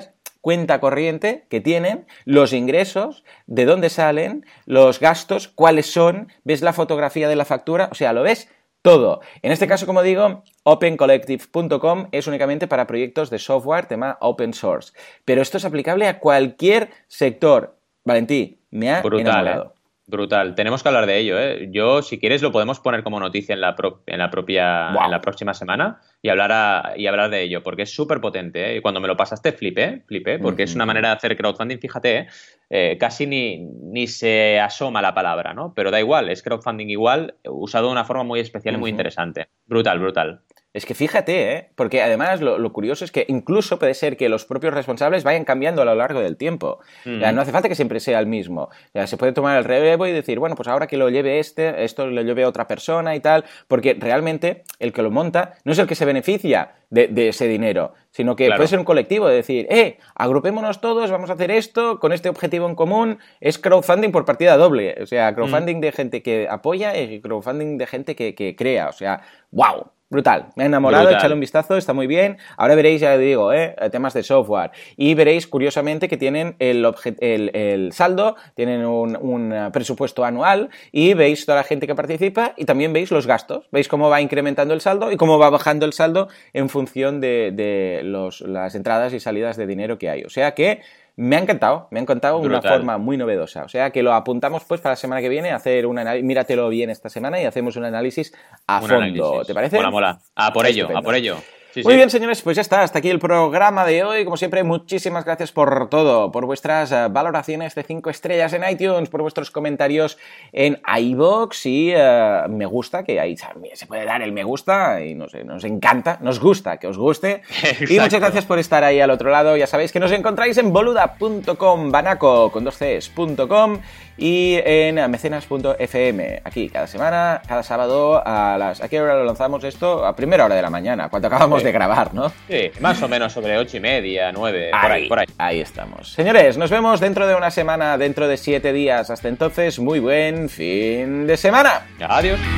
cuenta corriente que tienen, los ingresos, de dónde salen, los gastos, cuáles son, ves la fotografía de la factura, o sea, lo ves todo. En este caso, como digo, open collective punto com es únicamente para proyectos de software, tema open source. Pero esto es aplicable a cualquier sector. Valentí, me ha Brutal, enamorado. ¿eh? Brutal. Tenemos que hablar de ello, ¿eh? Yo, si quieres, lo podemos poner como noticia en la, pro en la propia wow. en la próxima semana y hablar, a, y hablar de ello, porque es súper potente, ¿eh? Y cuando me lo pasaste, flipé, flipé, porque uh-huh. es una manera de hacer crowdfunding, fíjate, ¿eh? Eh, casi ni, ni se asoma la palabra, ¿no? Pero da igual, es crowdfunding igual, usado de una forma muy especial uh-huh. y muy interesante. Brutal, brutal. Es que fíjate, ¿eh? Porque además lo, lo curioso es que incluso puede ser que los propios responsables vayan cambiando a lo largo del tiempo. Mm. Ya, no hace falta que siempre sea el mismo. Ya, se puede tomar el relevo y decir, bueno, pues ahora que lo lleve este, esto lo lleve otra persona y tal, porque realmente el que lo monta no es el que se beneficia de, de ese dinero, sino que claro. puede ser un colectivo de decir, eh, agrupémonos todos, vamos a hacer esto con este objetivo en común. Es crowdfunding por partida doble. O sea, crowdfunding mm. de gente que apoya y crowdfunding de gente que, que crea. O sea, wow. Brutal, me ha enamorado, echadle un vistazo, está muy bien. Ahora veréis, ya digo, ¿eh? temas de software. Y veréis, curiosamente, que tienen el, el, el saldo, tienen un, un presupuesto anual y veis toda la gente que participa y también veis los gastos. Veis cómo va incrementando el saldo y cómo va bajando el saldo en función de, de los, las entradas y salidas de dinero que hay. O sea que me ha encantado, me ha encantado de una forma muy novedosa. O sea que lo apuntamos pues para la semana que viene a hacer un análisis. Míratelo bien esta semana y hacemos un análisis a un fondo. Análisis. ¿Te parece? Mola, mola. A por ello, a por ello. Sí, Muy sí. bien, señores, pues ya está. Hasta aquí el programa de hoy. Como siempre, muchísimas gracias por todo, por vuestras uh, valoraciones de cinco estrellas en iTunes, por vuestros comentarios en iVoox y uh, me gusta, que ahí también se puede dar el me gusta y no sé, nos encanta, nos gusta que os guste. Exacto. Y muchas gracias por estar ahí al otro lado. Ya sabéis que nos encontráis en boluda punto com, banaco con dos cs punto com y en mecenas punto f m. Aquí cada semana, cada sábado a las... ¿A qué hora lo lanzamos esto? A primera hora de la mañana, cuando acabamos sí. de grabar, ¿no? Sí, más o menos sobre ocho y media, nueve, por ahí, por ahí. Ahí estamos. Señores, nos vemos dentro de una semana, dentro de siete días. Hasta entonces, muy buen fin de semana. Adiós.